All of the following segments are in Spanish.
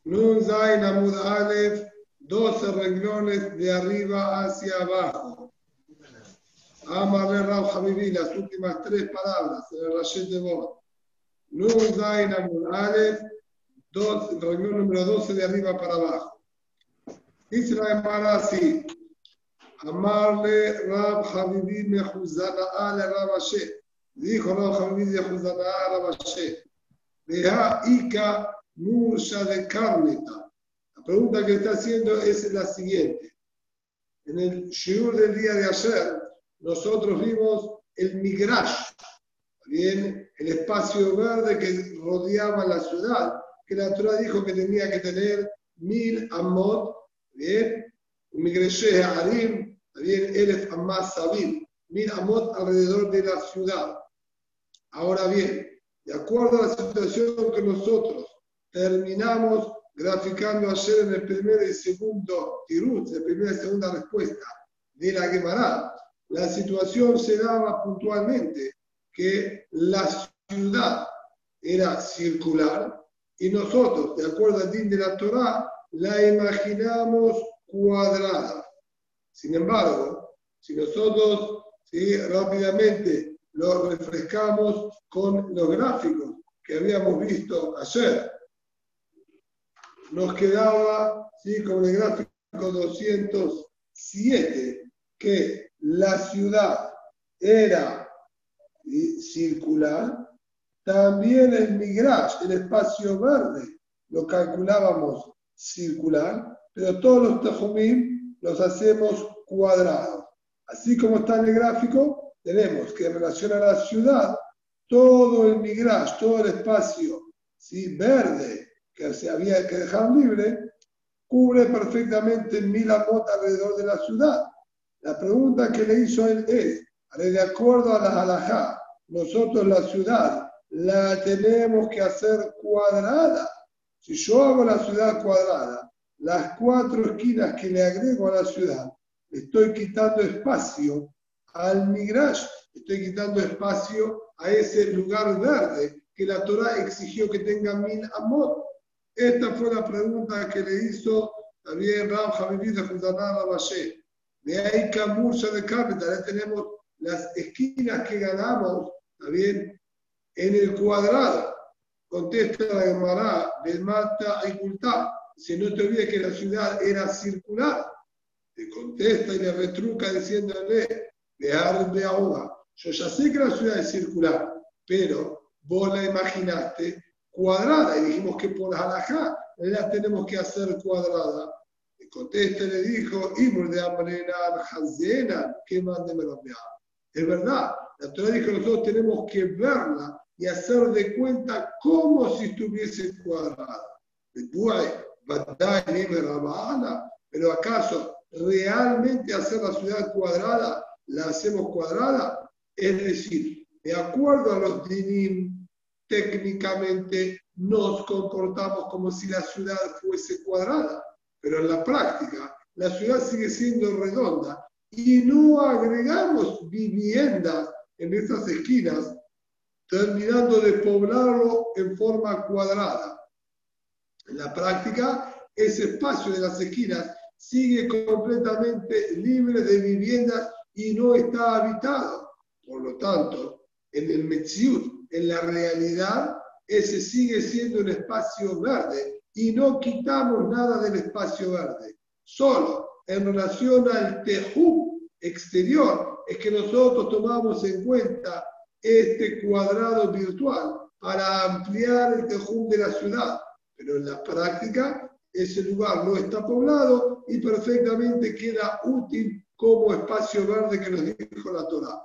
Nun Zain Amud Aleph, 12 renglones de arriba hacia abajo. Amar Rab Habibi, las últimas 3 palabras en el Rashet de Bod. Nun Zain Amud Aleph, renglón número 12 de arriba para abajo. Dice la Gemara así: Amarle Rab Habibi Mejuzana'a le Rab Ashe. Dijo Rab Habibi Mejuzana'a Rab Ashe. Deja Ika Mursha de Karneta. La pregunta que está haciendo es la siguiente. En el shiur del día de ayer, nosotros vimos el Migrash, bien, el espacio verde que rodeaba la ciudad, que la Torah dijo que tenía que tener 1000 amot, bien, un Migrasheh Arim, bien, Elef Amas Sabim, 1000 amot alrededor de la ciudad. Ahora bien, de acuerdo a la situación que nosotros terminamos graficando ayer en el primer y segundo tirut, la primera y segunda respuesta de la Gemara, la situación se daba puntualmente que la ciudad era circular y nosotros, de acuerdo al din de la Torá, la imaginamos cuadrada. Sin embargo, si nosotros rápidamente lo refrescamos con los gráficos que habíamos visto ayer, nos quedaba con el gráfico 207 que la ciudad era circular. También el Migrash, el espacio verde, lo calculábamos circular, pero todos los Tejumim los hacemos cuadrados. Así como está en el gráfico, tenemos que en relación a la ciudad, todo el Migrash, todo el espacio verde que se había que dejar libre, cubre perfectamente 1000 amot alrededor de la ciudad. La pregunta que le hizo él es, de acuerdo a la halajá, nosotros la ciudad la tenemos que hacer cuadrada. Si yo hago la ciudad cuadrada, las 4 esquinas que le agrego a la ciudad, estoy quitando espacio al Migrash, estoy quitando espacio a ese lugar verde que la Torá exigió que tenga 1000 amot. Esta fue la pregunta que le hizo también Rab Habibi de Judaná Rab Ashe. De ahí Kamursa de Capital, ya tenemos las esquinas que ganamos también en el cuadrado. Contesta la Gemara del Mata y Kultá. Si no te olvides que la ciudad era circular. Le contesta y le retruca diciéndole, dejar de ahoga. Yo ya sé que la ciudad es circular, pero vos la imaginaste cuadrada y dijimos que por halajá la tenemos que hacer cuadrada. Le contesta y le dijo, Imur de Amrenar Hazena, que mande meropear. Es verdad, la Torah dijo que nosotros tenemos que verla y hacer de cuenta como si estuviese cuadrada. Pero ¿acaso realmente hacer la ciudad cuadrada la hacemos cuadrada? Es decir, de acuerdo a los dinim, técnicamente nos comportamos como si la ciudad fuese cuadrada, pero en la práctica la ciudad sigue siendo redonda y no agregamos viviendas en esas esquinas, terminando de poblarlo en forma cuadrada. En la práctica, ese espacio de las esquinas sigue completamente libre de viviendas y no está habitado. Por lo tanto, en el Metziut, en la realidad, ese sigue siendo un espacio verde y no quitamos nada del espacio verde. Solo en relación al Tejum exterior es que nosotros tomamos en cuenta este cuadrado virtual para ampliar el Tejum de la ciudad. Pero en la práctica, ese lugar no está poblado y perfectamente queda útil como espacio verde que nos dijo la Torá.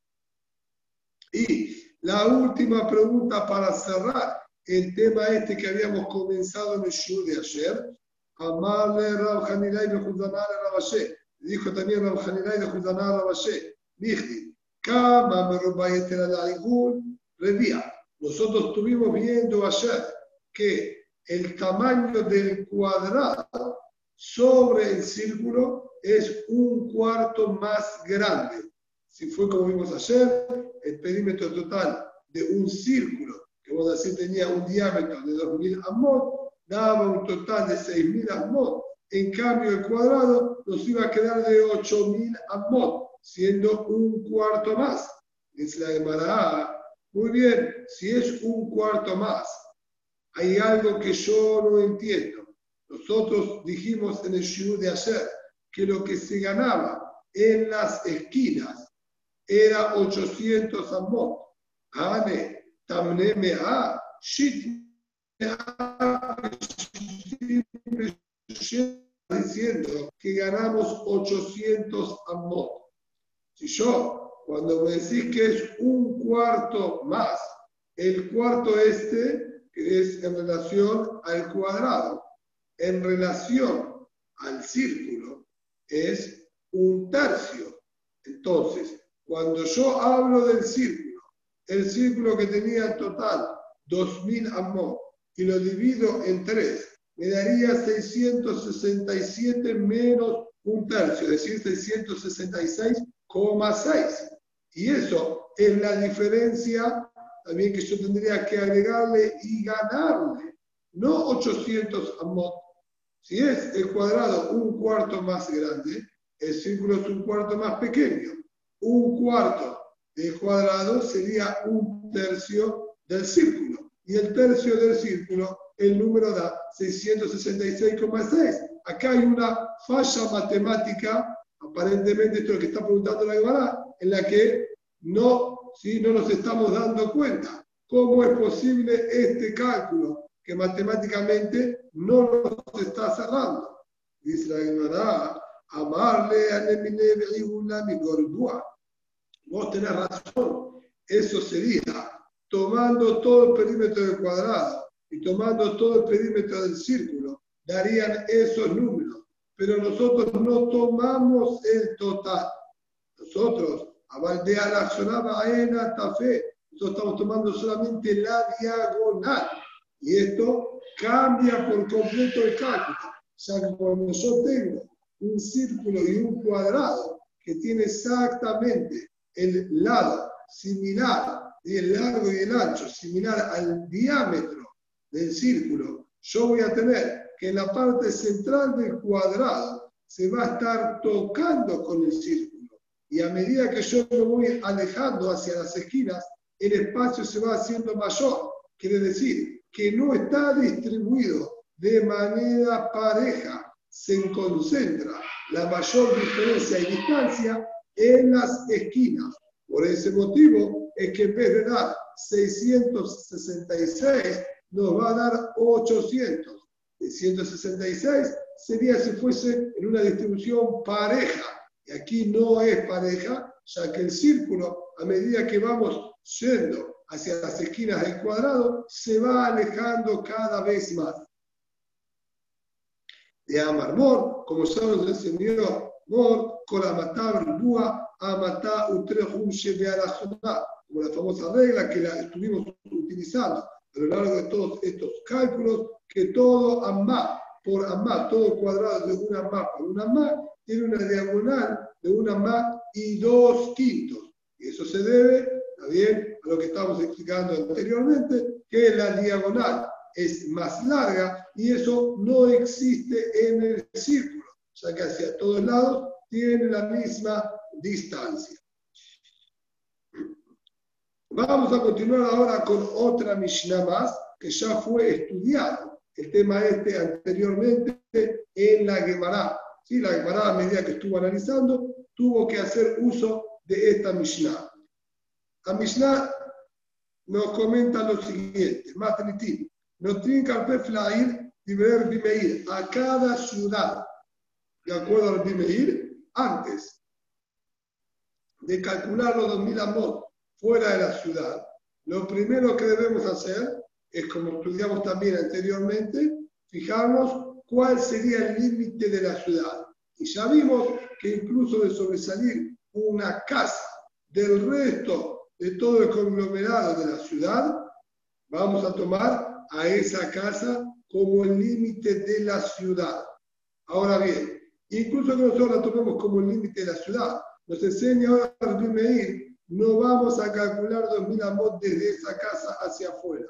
Y la última pregunta para cerrar el tema que habíamos comenzado en el show de ayer. Amarle Rab Hanilai de Judaná Rab Ashe. Dijo también Rab Hanilai de Judaná Rab Ashe. Dijdi, Kama Merubayeter al-Aigul Revía. Nosotros estuvimos viendo ayer que el tamaño del cuadrado sobre el círculo es 1/4 más grande. Si fue como vimos ayer, el perímetro total de un círculo, que vos decís tenía un diámetro de 2000 amot, daba un total de 6.000 amot. En cambio, el cuadrado nos iba a quedar de 8.000 amot, siendo un cuarto más. Dice la Gemara, muy bien, si es un cuarto más, hay algo que yo no entiendo. Nosotros dijimos en el shiur de ayer que lo que se ganaba en las esquinas era 800 amot. Ane, tamne mea, shit diciendo que ganamos 800 amot. Si yo, cuando me decís que es un cuarto más, el cuarto este es en relación al cuadrado, en relación al círculo, es un tercio. Entonces, cuando yo hablo del círculo, el círculo que tenía en total 2.000 amot y lo divido en 3, me daría 667 menos un tercio, es decir, 666,6. Y eso es la diferencia también que yo tendría que agregarle y ganarle, no 800 amot. Si es el cuadrado un cuarto más grande, el círculo es un cuarto más pequeño. Un cuarto del cuadrado sería un tercio del círculo. Y el tercio del círculo, el número da 666,6. Acá hay una falla matemática, aparentemente esto es lo que está preguntando la Gemara, en la que no nos estamos dando cuenta. ¿Cómo es posible este cálculo que matemáticamente no nos está cerrando? Dice la Gemara, amarle a mi gordua. Vos tenés razón. Eso sería tomando todo el perímetro del cuadrado y tomando todo el perímetro del círculo, darían esos números. Pero nosotros no tomamos el total. Nosotros, Abaldea la sonaba Aena Tafé, nosotros estamos tomando solamente la diagonal. Y esto cambia por completo el cálculo. Ya que cuando yo tengo un círculo y un cuadrado que tiene exactamente el lado similar, y el largo y el ancho similar al diámetro del círculo, yo voy a tener que en la parte central del cuadrado se va a estar tocando con el círculo. Y a medida que yo me voy alejando hacia las esquinas, el espacio se va haciendo mayor. Quiere decir que no está distribuido de manera pareja. Se concentra la mayor diferencia y distancia en las esquinas. Por ese motivo es que en vez de dar 666, nos va a dar 800. 666 sería si fuese en una distribución pareja. Y aquí no es pareja, ya que el círculo, a medida que vamos yendo hacia las esquinas del cuadrado, se va alejando cada vez más. De Amarmor, como ya nos enseñó Mor, con la matá búa, a matá utrejum shebearajotá, como la famosa regla que la estuvimos utilizando a lo largo de todos estos cálculos, que todo amá por amá, todo cuadrado de una amá por una amá, tiene una diagonal de una amá y 2/5. Y eso se debe también a lo que estábamos explicando anteriormente, que la diagonal es más larga y eso no existe en el círculo, ya que hacia todos lados tiene la misma distancia. Vamos a continuar ahora con otra Mishnah más que ya fue estudiado. El tema anteriormente en la Gemara. ¿Sí? La Gemara, a medida que estuvo analizando, tuvo que hacer uso de esta Mishnah. La Mishnah nos comenta lo siguiente, Matritim. Nos tienen que flair y ver Bimeir a cada ciudad, de acuerdo al Bimeir, antes de calcular los 2.000 amot fuera de la ciudad. Lo primero que debemos hacer es, como estudiamos también anteriormente, fijarnos cuál sería el límite de la ciudad. Y ya vimos que incluso de sobresalir una casa del resto de todo el conglomerado de la ciudad, vamos a tomar a esa casa como el límite de la ciudad. Ahora bien, incluso que nosotros la tomemos como el límite de la ciudad, nos enseña ahora Rabbi Meir, no vamos a calcular 2.000 amot desde esa casa hacia afuera.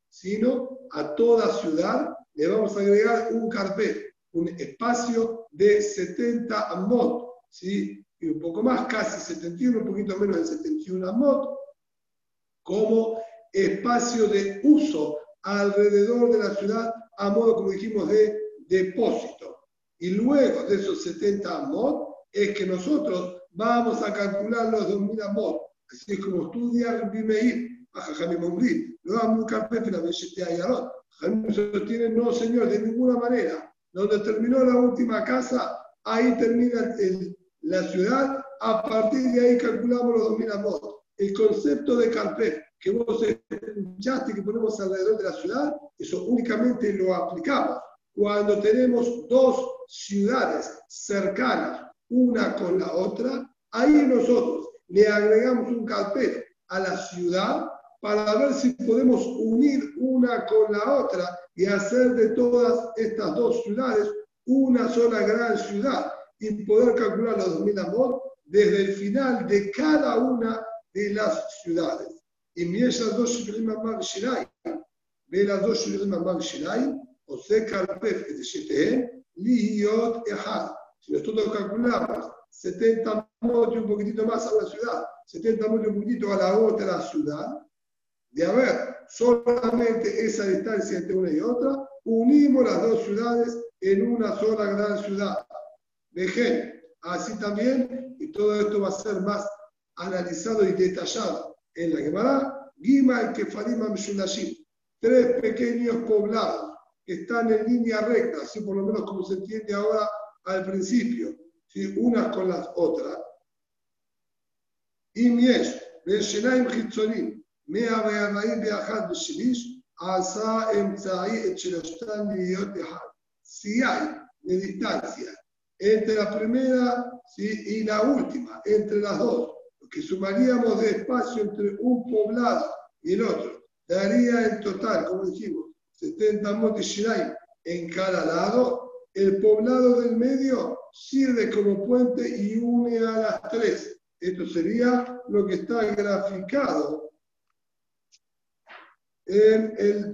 sino a toda ciudad le vamos a agregar un carpet, un espacio de 70 amot, ¿sí? Y un poco más, casi 71, un poquito menos de 71 amot, como espacio de uso alrededor de la ciudad a modo, como dijimos, de depósito. Y luego de esos 70 amot es que nosotros vamos a calcular los 2000 amot. Así es como estudia Bimeir, a Jajamim Omrim. No vamos a buscar finalmente a Yarot. Jajamim sostiene, no señor, de ninguna manera. Donde terminó la última casa, ahí termina la ciudad. A partir de ahí calculamos los 2000 amot. El concepto de carpet que vos escuchaste que ponemos alrededor de la ciudad, eso únicamente lo aplicamos cuando tenemos dos ciudades cercanas, una con la otra. Ahí nosotros le agregamos un carpet a la ciudad para ver si podemos unir una con la otra y hacer de todas estas dos ciudades una sola gran ciudad y poder calcular los 2000 amot desde el final de cada una de las ciudades. Y mientras las dos ciudades más Shirai, ve las dos ciudades más Shirai, o sea, carpet de Shetehem, Liot Ehad. Si nosotros calculamos 70 amot y un poquitito más a una ciudad, 70 amot y un poquitito a la otra ciudad, de haber solamente esa distancia entre una y otra, unimos las dos ciudades en una sola gran ciudad. Vejen, así también, y todo esto va a ser más analizado y detallado en la Gemara, Gima y Kefarim Amshulashim, 3 pequeños poblados que están en línea recta, así por lo menos como se entiende ahora al principio, ¿sí? Unas con las otras. Y Miesh, Beshenaim Hitzonim, Mea Be'arraim Be'achad Beshilish, Asa Emtzai Echelostan Liot Ehad. Si hay de distancia entre la primera, ¿sí?, y la última, entre las dos, lo que sumaríamos de espacio entre un poblado y el otro, daría en total, como dijimos, 70 amot y Shirai en cada lado. El poblado del medio sirve como puente y une a las 3. Esto sería lo que está graficado en el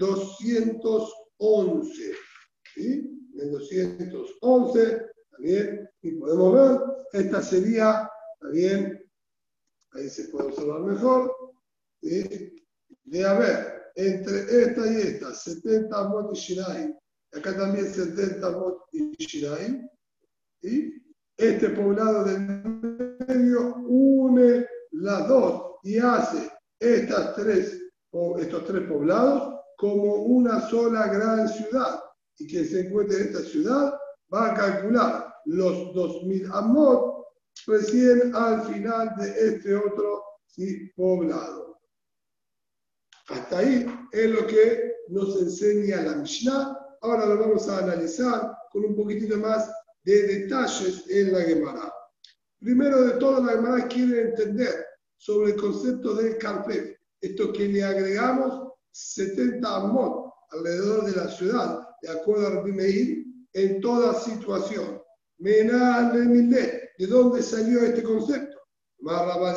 211. ¿Sí? En el 211, también, y podemos ver, esta sería, también, ahí se puede observar mejor, ¿sí?, de haber entre esta y esta 70 amot y Shirai, acá también 70 amot y Shirai, ¿sí? Este poblado del medio une las dos y hace estos 3 poblados como una sola gran ciudad. Y quien se encuentre en esta ciudad va a calcular los 2000 amot recién al final de este otro, ¿sí?, poblado. Hasta ahí es lo que nos enseña la Mishnah. Ahora lo vamos a analizar con un poquitito más de detalles en la Gemara. Primero de todo, la Gemara quiere entender sobre el concepto del carpet. Esto que le agregamos 70 amot alrededor de la ciudad, de acuerdo a Rabbi Meir, en toda situación. ¿De dónde salió este concepto? La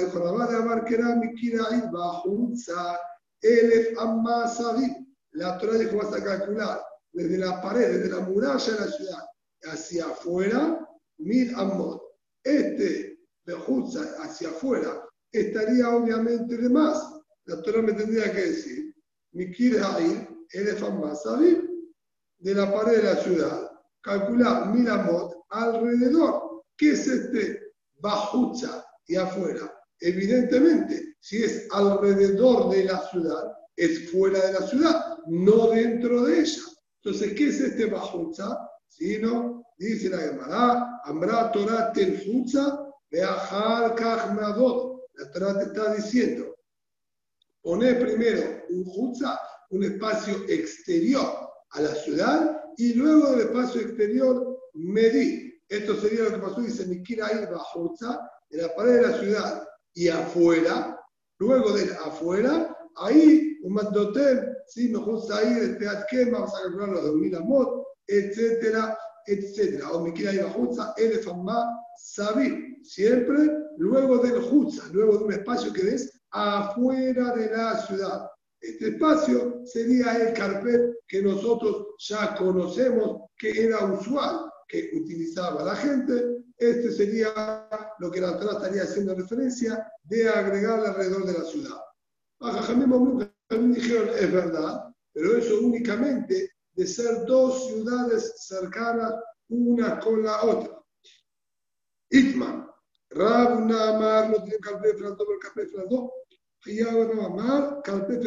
Torah dijo: vas a calcular desde la pared, desde la muralla de la ciudad hacia afuera, 1000 amot. Este Bejutza hacia afuera estaría obviamente de más. La Torah me tendría que decir: Mikir Ha'ir, Elef Ammasavim, de la pared de la ciudad, calcular 1000 amot alrededor. ¿Qué es este Bajutza y afuera? Evidentemente, si es alrededor de la ciudad, es fuera de la ciudad, no dentro de ella. Entonces, ¿qué es este Bajutza? Si no, dice la Gemara, Amra Torah tel Jutza, Beahar Kach Meadot. La Torah te está diciendo: poné primero un Jutza, un espacio exterior a la ciudad, y luego del espacio exterior medí. Esto sería lo que pasó, dice Mikira ir Bajutza, de la pared de la ciudad y afuera. Luego de afuera, ahí, un mandotel, ¿sí?, me gusta ir el Peat Kema, vamos a calcular los 2000 amot, etcétera, etcétera. O Mikira ir Bajutza, Elefamá, Sabir. Siempre luego del Jutza, luego de un espacio que ves afuera de la ciudad. Este espacio sería el carpet que nosotros ya conocemos, que era usual, que utilizaba la gente. Este sería lo que la Torá estaría haciendo referencia de agregarle alrededor de la ciudad. También dijeron, es verdad, pero eso únicamente de ser dos ciudades cercanas una con la otra. Itman, Rab Namar no tiene carpet frato por carpet frato. Amar,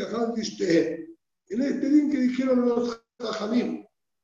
en este link que dijeron los Jajamim,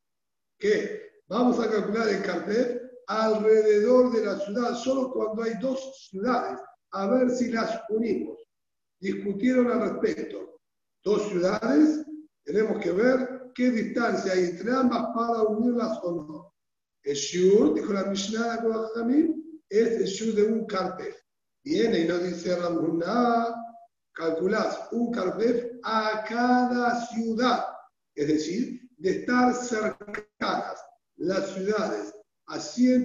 que vamos a calcular el carpet alrededor de la ciudad, solo cuando hay dos ciudades, a ver si las unimos. Discutieron al respecto. Dos ciudades, tenemos que ver qué distancia hay entre ambas para unirlas o no. El shur, dijo la Mishnah de Jajamim, es el shur de un carpet. Viene y nos dice Ramuná, calculás un carpef a cada ciudad, es decir, de estar cercanas las ciudades a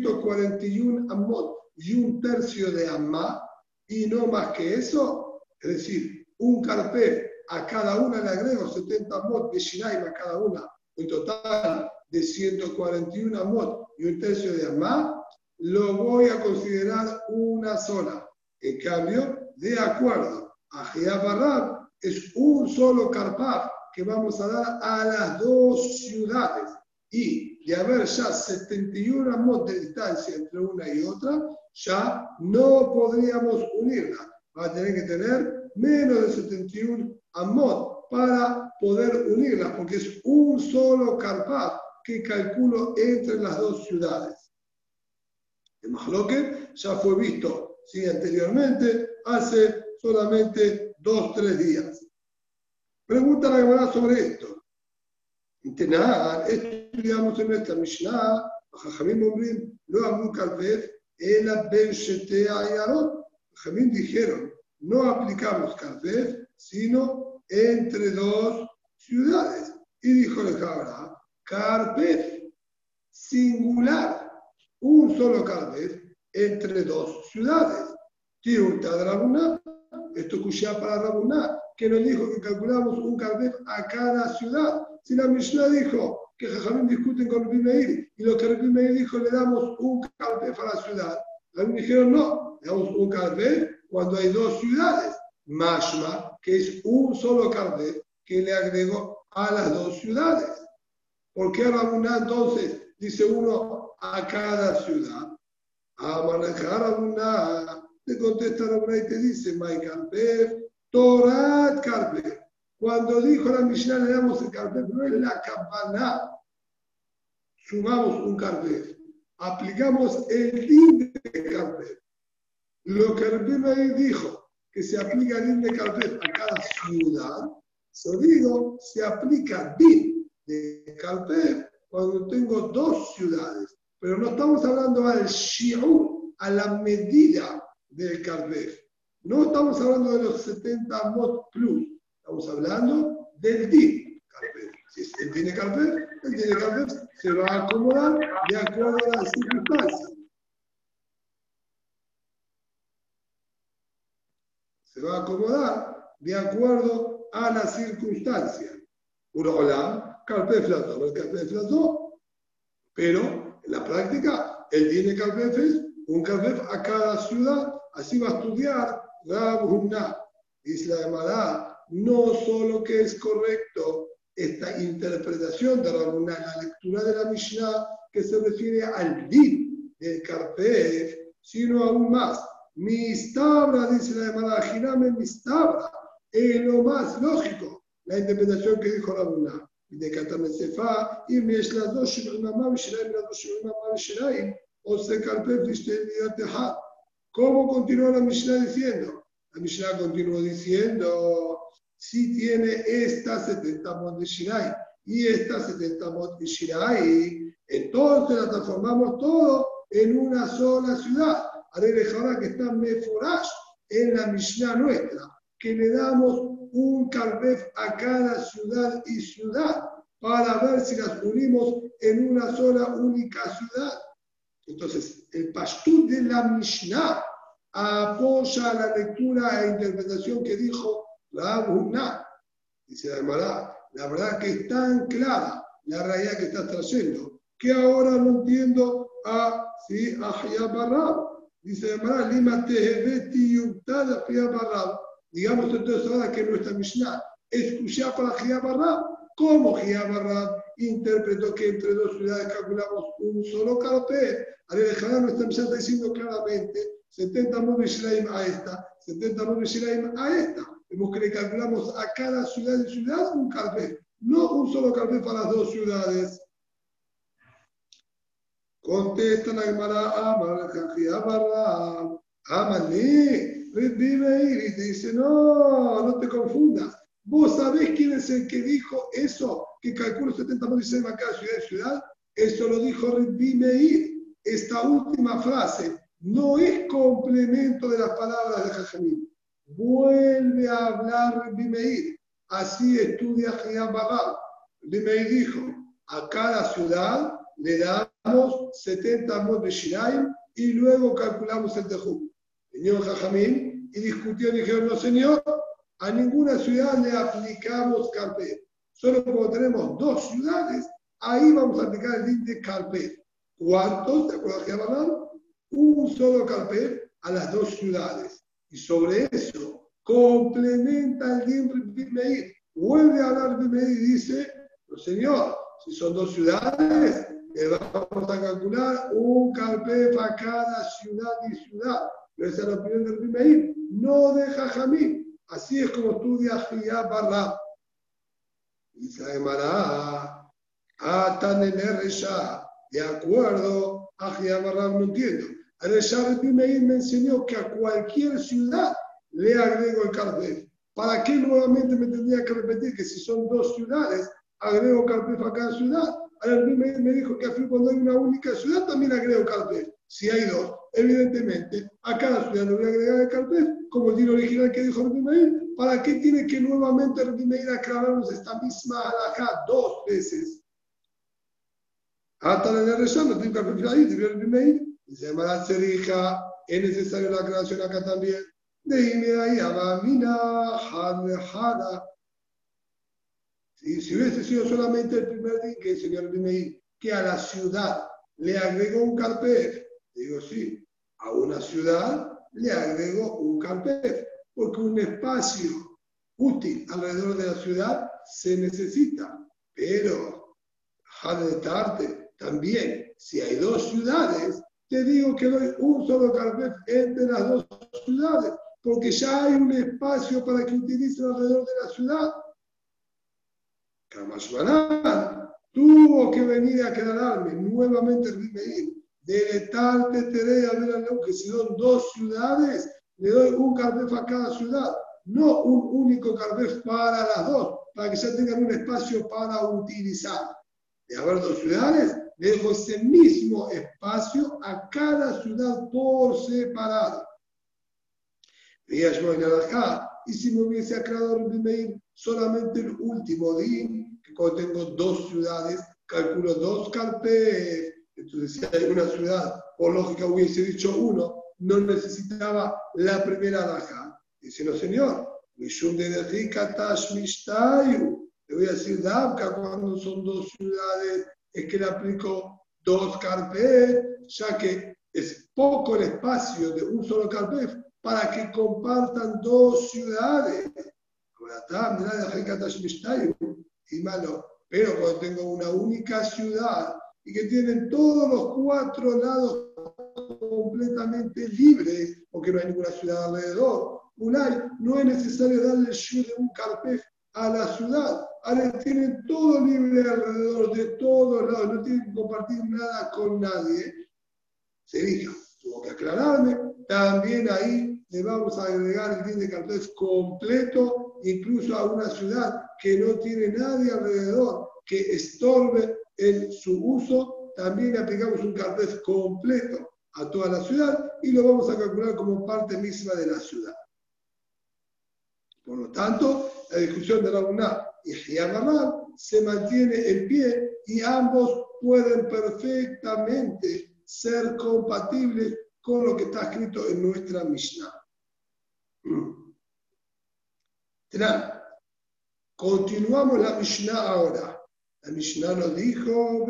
141 amot y un tercio de amá, y no más que eso, es decir, un carpef a cada una le agrego 70 amot de Shinaim a cada una, un total de 141 amot y un tercio de amá, lo voy a considerar una sola. En cambio, de acuerdo a Barrab, es un solo carpaf que vamos a dar a las dos ciudades. Y de haber ya 71 amot de distancia entre una y otra, ya no podríamos unirla. Va a tener que tener menos de 71 amot para poder unirla, porque es un solo carpaf que calculo entre las dos ciudades. El Mahloket ya fue visto, ¿sí?, anteriormente, hace solamente 2-3 días. Pregunta la Gemara sobre esto. Tenan, estudiamos en nuestra Mishnah, Jajamim Ombrim, lo Amru Karpef, Ela Ben Shetea Ayarot. Jajamim dijeron, no aplicamos Karpef, sino entre dos ciudades. Y dijo el Jabra, Karpef, singular, un solo Karpef entre dos ciudades. Tiurta de Rabuná, esto escuché para Rabuná, que nos dijo que calculamos un carpef a cada ciudad. Si la Mishnah dijo que Jajamim discuten con Rabbi Meir y lo que Rabbi Meir dijo le damos un carpef a la ciudad, Jajamim dijeron no, le damos un carpef cuando hay dos ciudades. Mashma, que es un solo carpef que le agregó a las dos ciudades. ¿Por qué Rabuná entonces dice uno a cada ciudad? A manejar Rabuná. Te contesta Rabuná y te dice, Mai Karpef, Torat Karpef. Cuando dijo la Mishnah le damos el Karpef, no es la campana. Sumamos un Karpef. Aplicamos el din de Karpef. Lo que Rabbi Meir dijo, que se aplica el din de Karpef a cada ciudad, yo digo, se aplica din de Karpef cuando tengo dos ciudades. Pero no estamos hablando al shi'ur, a la medida del carpef. No estamos hablando de los 70 mot plus, estamos hablando del din carpef. Si es el din de carpef se va a acomodar de acuerdo a las circunstancias. Se va a acomodar de acuerdo a las circunstancias. Urolam, carpef flató, el carpef flató, pero en la práctica el din de carpef es un carpef a cada ciudad. Así va a estudiar Rab Huna. Dice la Gemara, no solo que es correcto esta interpretación de Rab Huna, la lectura de la Mishnah que se refiere al din del carpef, sino aún más. Mistabra, dice la Gemara, Jiname Mistabra, es lo más lógico, la interpretación que dijo Rab Huna. De Katamesefa, y Meshla dos Shimamam Shiraim, la dos Shimamam Shiraim, o se carpef Lishteliatehat. ¿Cómo continuó la Mishnah diciendo? La Mishnah continuó diciendo, si tiene estas 70 mot de Shirai y estas 70 mot de Shirai, entonces la transformamos todo en una sola ciudad. Ahora que está Meforash en la Mishnah nuestra, que le damos un carpef a cada ciudad y ciudad para ver si las unimos en una sola única ciudad. Entonces, el pashtut de la Mishnah apoya la lectura e interpretación que dijo Rab Huna. Dice la Gemara, la verdad que es tan clara la realidad que estás trayendo, que ahora no entiendo ¿sí? A Hiyab Barrab. Dice la Gemara, Lima Teheveti Yubtada Hiyab Barrab. Digamos entonces ahora que nuestra Mishnah escuchá para Hiyab Barrab. ¿Cómo Hiyab Barrab interpretó que entre dos ciudades calculamos un solo carpet? Alejandro nuestra Mishnah está diciendo claramente 70 Mud Shiraim a esta, 70 Mud Shiraim a esta. Vemos que le calculamos a cada ciudad y ciudad un carpet, no un solo carpet para las dos ciudades. Contesta la Gemara, Amale, Rebbi Meir, y te dice, no te confundas. ¿Vos sabés quién es el que dijo eso? Que calculó 70 Mud a cada ciudad y ciudad. Eso lo dijo Rebbi Meir. Esta última frase no es complemento de las palabras de Jajamim. Vuelve a hablar Rebbi Meir. Así estudia Hiyab Barrab. Rebbi Meir dijo, a cada ciudad le damos 70 amos de Shiraim y luego calculamos el Tejum. Vino Jajamim y discutieron y dijeron, no señor, a ninguna ciudad le aplicamos carpet. Solo como tenemos dos ciudades, ahí vamos a aplicar el din de carpet. ¿Cuántos? ¿De acuerdo a Hiyab Barrab? Un solo carpet a las dos ciudades. Y sobre eso complementa el din Rebbi Meir. Vuelve a hablar Rebbi Meir y dice, no señor, si son dos ciudades, le vamos a calcular un carpet a cada ciudad y ciudad. Pero esa es la opinión de Rebbi Meir, no de Jajamim. Así es como estudia Hiyab Barrab. Dice la Gemara, Atan en Resha, de acuerdo a Hiyab Barrab, no entiendo. A Resha Rebbi Meir me enseñó que a cualquier ciudad le agrego el carpet. ¿Para qué nuevamente me tendría que repetir que si son dos ciudades, agrego carpet a cada ciudad? Ahora me dijo que cuando hay una única ciudad también agrego carpet. Si hay dos, evidentemente, a cada ciudad le voy a agregar el carpet, como el tiro original que dijo Rebbi Meir. ¿Para qué tiene que nuevamente Rebbi Meir aclararnos esta misma halajá dos veces? Hasta la Resha no tengo carpet ahí, dice Rebbi Meir. Dice Gemara Tzerija, es necesaria la aclaración acá también. Dime ahí, Abamina, Hadehada. Si hubiese sido solamente el primer día que el señor Rebbi Meir, que a la ciudad le agregó un carpet, digo sí, a una ciudad le agregó un carpet, porque un espacio útil alrededor de la ciudad se necesita. Pero, de tarde, también, si hay dos ciudades, te digo que doy un solo carpet entre las dos ciudades, porque ya hay un espacio para que utilicen alrededor de la ciudad. Kamashmanan tuvo que venir a aclararme nuevamente Rebbi Meir de tal teterea de la que si son dos ciudades, le doy un carpet a cada ciudad, no un único carpet para las dos, para que ya tengan un espacio para utilizar. De haber dos ciudades, le dejo ese mismo espacio a cada ciudad por separado. Y si me hubiese aclarado Rebbi Meir solamente el último día, que cuando tengo dos ciudades, calculo dos carpet. Entonces, si hay una ciudad, por lógica hubiese dicho uno, no necesitaba la primera halajá. Dice, no señor, Mishum de Rikatash Mishtayu. Le voy a decir, Dabka, cuando son dos ciudades, es que le aplico dos carpet, ya que es poco el espacio de un solo carpet para que compartan dos ciudades. Y malo, pero cuando tengo una única ciudad y que tienen todos los cuatro lados completamente libres, porque no hay ninguna ciudad alrededor, no es necesario darle el shu de un carpet a la ciudad. Ahora tienen todo libre alrededor, de todos lados, no tienen que compartir nada con nadie. Se dijo, tuvo que aclararme, también ahí le vamos a agregar el din de carpet completo, incluso a una ciudad que no tiene nadie alrededor que estorbe en su uso, también le aplicamos un carpet completo a toda la ciudad y lo vamos a calcular como parte misma de la ciudad. Por lo tanto, la discusión de Rabuná y Hiyab Barrab se mantiene en pie y ambos pueden perfectamente ser compatibles con lo que está escrito en nuestra Mishnah. Continuamos la Mishnah ahora. La Mishnah nos dijo,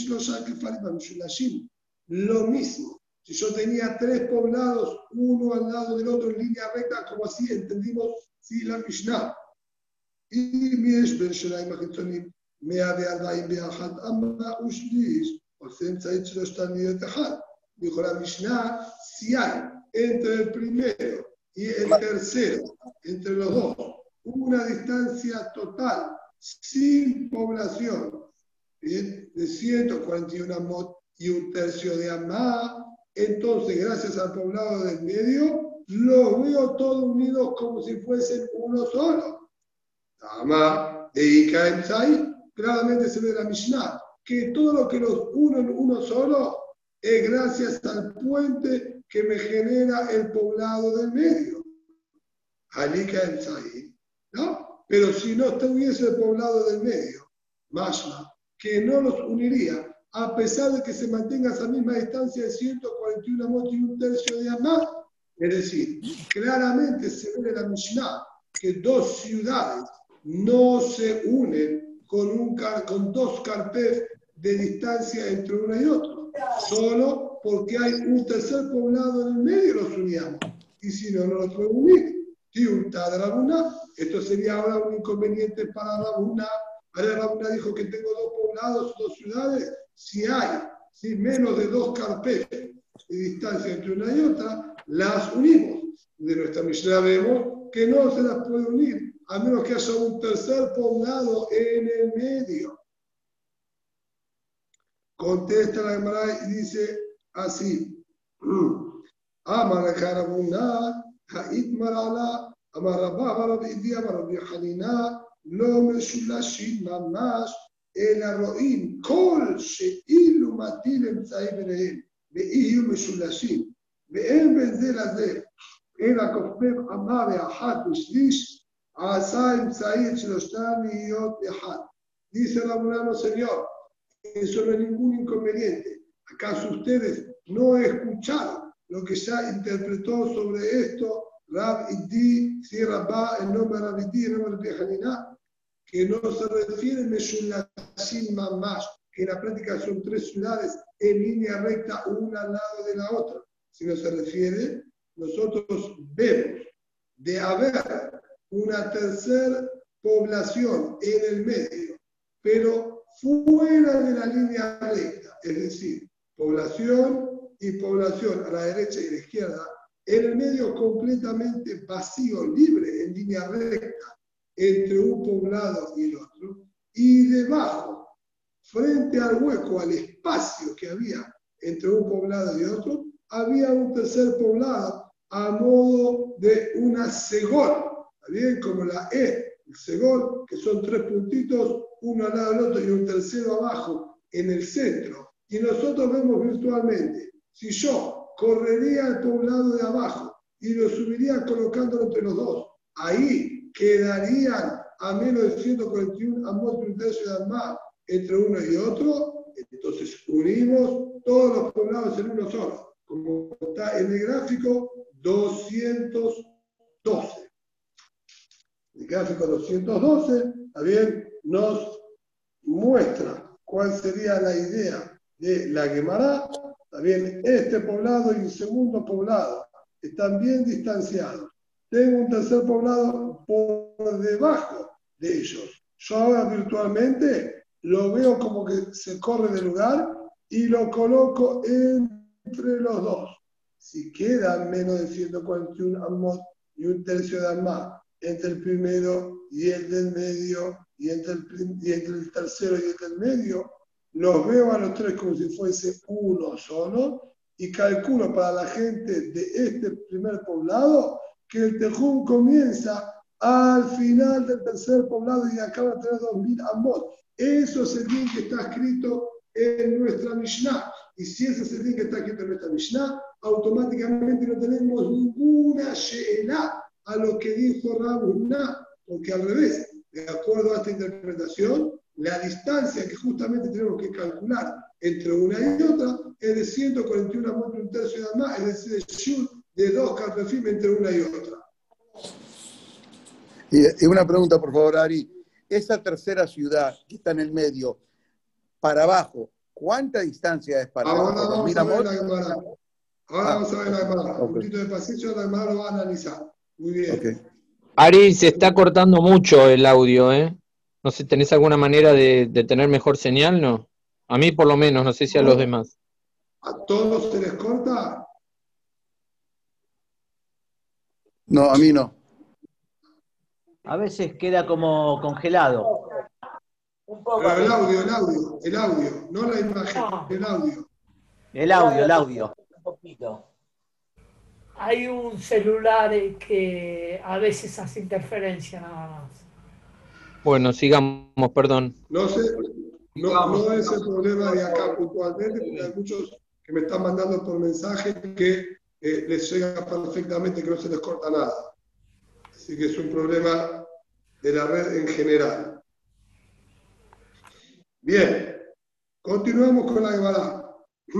lo mismo. Si yo tenía 3 poblados, uno al lado del otro en línea recta, como así entendimos sí, la Mishnah. אם יש בין שוליים החיצוניים 141 אמה ושליש, עושה אמצעית שלושתן להיות אחד. Dijo la Mishnah, si hay entre el primero y el tercero, entre los dos, una distancia total, sin población, ¿bien? De 141 amot y un tercio de amá, entonces, gracias al poblado del medio, los veo todos unidos como si fuesen uno solo. Amá, Eika Emsai, claramente se ve la Mishnah, que todo lo que los une en uno solo es gracias al puente que me genera el poblado del medio. Halika Emsai, ¿no? Pero si no estuviese el poblado del medio, Mashma, que no los uniría, a pesar de que se mantenga esa misma distancia de 141 amot y un tercio de amá. Es decir, claramente se ve en la Mishnah que 2 ciudades no se unen con 2 carpes de distancia entre una y otra, solo porque hay un tercer poblado en el medio los uníamos, y si no, no los pueden unir. Esto sería ahora un inconveniente para Rabuna. Ahora Rabuna dijo que tengo 2 poblados, 2 ciudades, si hay menos de 2 carpes de distancia entre una y otra, las unimos. De nuestra Mishnah vemos que no se las puede unir, a menos que haya un tercer poblado en el medio. Contesta la Gemara y dice así: Amar Rabuna, Ha'itmar ala, Amar Rabba, Amar Rabbi Idi, Amar Rabbi Hanina, Lo Meshulashim Mamash, El Arroim, Kol She'ilu Matil Emtzai Benehem, Ve'iyu Meshulashim, Ve'en Benze Lazeh, El Akofmem Amar Ve'achat Mishlish, Asa Emtzai Shelostan Yot Echad. Dice Rabuna, no señor, eso no es ningún inconveniente. ¿Acaso ustedes no escucharon lo que ya interpretó sobre esto Rab Iddi, si Rabba, el nombre de Rab Iddi, el nombre de Hanina? Que no se refiere a Meshulashim Mamash, que en la práctica son 3 ciudades en línea recta, una al lado de la otra, sino se refiere, nosotros vemos de haber una tercera población en el medio, pero fuera de la línea recta, es decir, población y población a la derecha y a la izquierda, en el medio completamente vacío, libre, en línea recta, entre un poblado y el otro, y debajo, frente al hueco, al espacio que había entre un poblado y otro, había un tercer poblado a modo de una segol, bien como la E, el segol, que son 3 puntitos, uno al lado del otro y un tercero abajo en el centro. Y nosotros vemos virtualmente, si yo correría al poblado de abajo y lo subiría colocándolo entre los dos, ahí quedarían a menos de 141 amot y un tercio de amá entre uno y otro. Entonces unimos todos los poblados en uno solo, como está en el gráfico 212. El gráfico 212, también nos muestra cuál sería la idea de la Gemara. También este poblado y el segundo poblado están bien distanciados. Tengo un tercer poblado por debajo de ellos. Yo ahora virtualmente lo veo como que se corre del lugar y lo coloco entre los dos. Si quedan menos de 141 amot y un tercio de amá entre el primero y el del medio, y entre el tercero y el del medio, los veo a los 3 como si fuese uno solo, y calculo para la gente de este primer poblado que el tejún comienza al final del tercer poblado y acaba de tener 2000 amot. Eso es el din que está escrito en nuestra Mishnah. Y si ese es el din que está escrito en nuestra Mishnah, automáticamente no tenemos ninguna she'elá a lo que dijo Rabuna, porque al revés, de acuerdo a esta interpretación, la distancia que justamente tenemos que calcular entre una y otra es de 141 amot y un tercio de amá, es decir, de shul de 2 carpefim entre una y otra. Y una pregunta, por favor, Ari. esa tercera ciudad que está en el medio, para abajo, ¿cuánta distancia es para Ahora abajo? vamos ¿2000 a ver amot? la Gemara. Ahora vamos a ver la Gemara. Un poquito de paciencia, la Gemara lo va a analizar. Muy bien. Okay. Ari, se está cortando mucho el audio, ¿eh? No sé, ¿tenés alguna manera de tener mejor señal? No. A mí por lo menos, no sé si a los demás. ¿A todos se les corta? No, a mí no. A veces queda como congelado. Pero el audio, no la imagen, el audio. El audio. Un poquito. Hay un celular que a veces hace interferencia nada más. Bueno, sigamos, perdón. No sé, no es el problema de acá puntualmente, porque hay muchos que me están mandando por mensaje que les llega perfectamente, que no se les corta nada. Así que es un problema de la red en general. Bien, continuamos con la Gemara.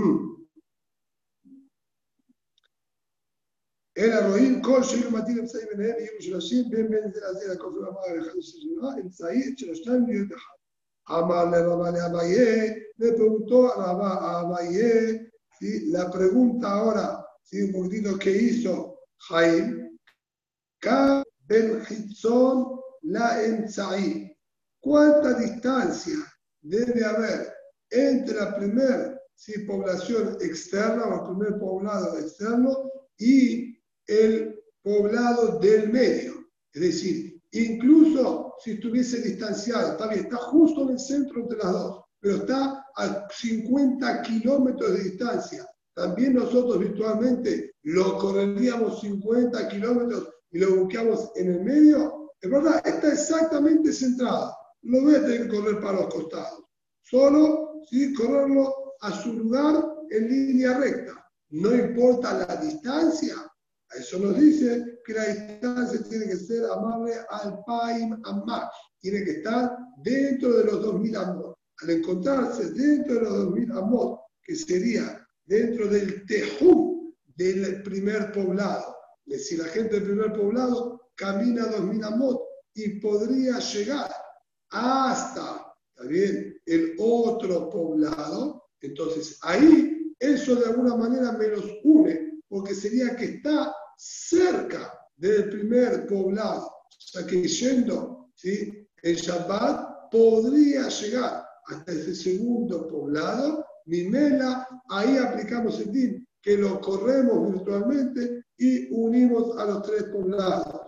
El arroín, kol sheinu matin emsai benehem yehim shloshim ben ben zelazeh lakol v'amar echad shloshim emsai shloshem yud echad. Amar le Rabba le Abaye, le preguntó a Rabba a Abaye, ¿sí? La pregunta ahora, ¿sí? Un poquitito que hizo Jaim, Ka ben Hitzon la emsai. ¿Cuánta distancia debe haber entre la primera población externa o el primer poblado externo y el poblado del medio? Es decir, incluso si estuviese distanciado, está bien, está justo en el centro entre las dos, pero está a 50 kilómetros de distancia. También nosotros virtualmente lo correríamos 50 kilómetros y lo buscamos en el medio. Es verdad, está exactamente centrado. No voy a tener que correr para los costados. Solo, ¿sí?, correrlo a su lugar en línea recta. No importa la distancia. Eso nos dice que la distancia tiene que ser amable al Paim Ammar. Tiene que estar dentro de los 2000 amot. Al encontrarse dentro de los 2000 amot, que sería dentro del Tejum del primer poblado. Es decir, la gente del primer poblado camina 2000 amot y podría llegar hasta, ¿está bien?, el otro poblado. Entonces ahí eso de alguna manera me los une, porque sería que está cerca del primer poblado. O sea que yendo, ¿sí?, el Shabbat podría llegar hasta ese segundo poblado. Mimela, ahí aplicamos el din, que lo corremos virtualmente y unimos a los tres poblados.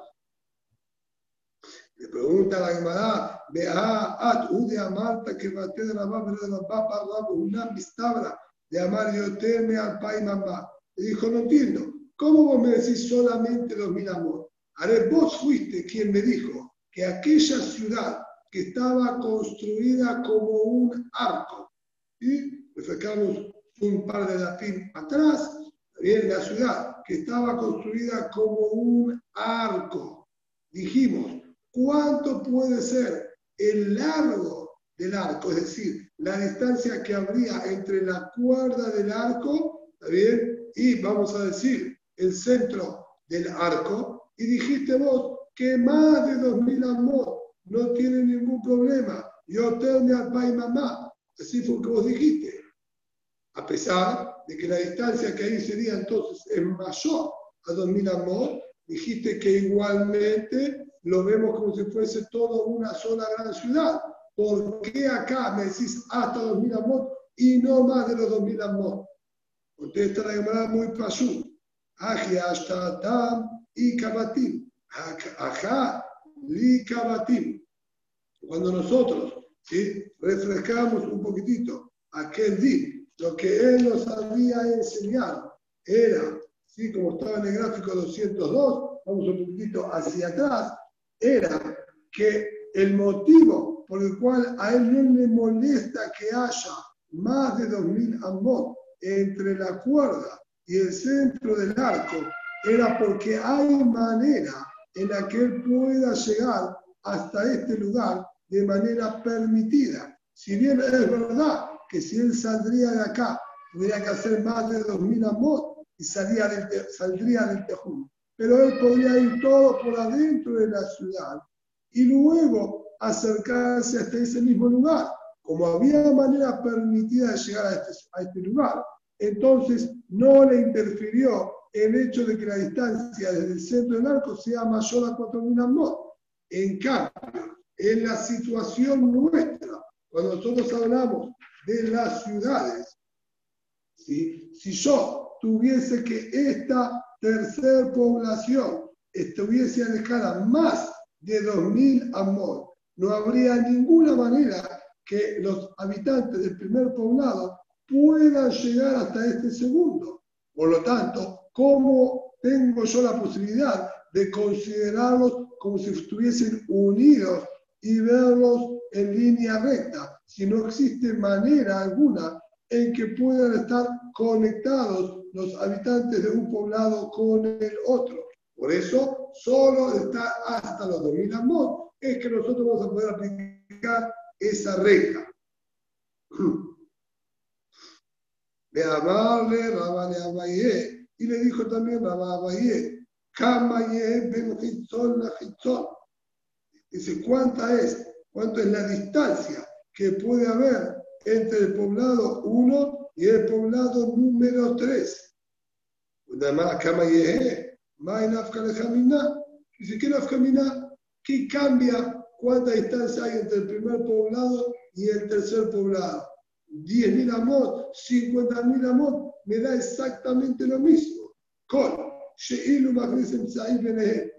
Le pregunta a la Gemara, vea, de Amarta que bate de la mamá de la papa, una mistabra de amar yo teme al pai mamá. Le dijo, no entiendo, ¿cómo vos me decís solamente 2000 amor? Haré, vos fuiste quien me dijo que aquella ciudad que estaba construida como un arco, y refrescamos un par de lapín atrás, bien, la ciudad que estaba construida como un arco. Dijimos, ¿cuánto puede ser el largo del arco? Es decir, la distancia que habría entre la cuerda del arco, ¿está bien?, y vamos a decir el centro del arco. Y dijiste vos que más de 2000 amot no tiene ningún problema. Yo tengo al pai mamá. Así fue que vos dijiste. A pesar de que la distancia que ahí sería entonces es mayor a 2000 amot, dijiste que igualmente lo vemos como si fuese todo una sola gran ciudad. ¿Por qué acá me decís hasta 2000 amot y no más de los 2000 amot? Contesta la Gemara muy pashut. Aji hasta Adam y Kabatim. Ajá, li Kabatim. Cuando nosotros, ¿sí?, refrescamos un poquitito aquel día, lo que él nos había enseñado era, ¿sí?, como estaba en el gráfico 202, vamos un poquitito hacia atrás, era que el motivo por el cual a él no le molesta que haya más de 2000 amot entre la cuerda y el centro del arco era porque hay manera en la que él pueda llegar hasta este lugar de manera permitida. Si bien es verdad que si él saldría de acá, tendría que hacer más de 2000 amot y saldría del Tejum. Pero él podría ir todo por adentro de la ciudad y luego acercarse hasta ese mismo lugar. Como había manera permitida de llegar a este lugar, entonces no le interfirió el hecho de que la distancia desde el centro del arco sea mayor a 4.000 amot. En cambio, en la situación nuestra, cuando nosotros hablamos de las ciudades, ¿sí? Si yo tuviese que esta tercera población estuviese alejada más de 2.000 amot, no habría ninguna manera que los habitantes del primer poblado puedan llegar hasta este segundo. Por lo tanto, ¿cómo tengo yo la posibilidad de considerarlos como si estuviesen unidos y verlos en línea recta, si no existe manera alguna en que puedan estar conectados los habitantes de un poblado con el otro? Por eso, solo está hasta los 2.000 amot es que nosotros vamos a poder aplicar esa regla. De amarle Rabá le Abayé, y le dijo también Rabá Abayé, Kamaye ben Hitzon la Hitzon. Dice, ¿cuánto es la distancia que puede haber entre el poblado 1 y el poblado número 3? Además, Kamaye, Mainafka le Jamina. Dice, ¿qué Nafkamina? ¿Qué cambia? ¿Cuánta distancia hay entre el primer poblado y el tercer poblado? 10.000 amot, 50.000 amot, me da exactamente lo mismo. Con Sheilu Magnis Emsaí Benehem,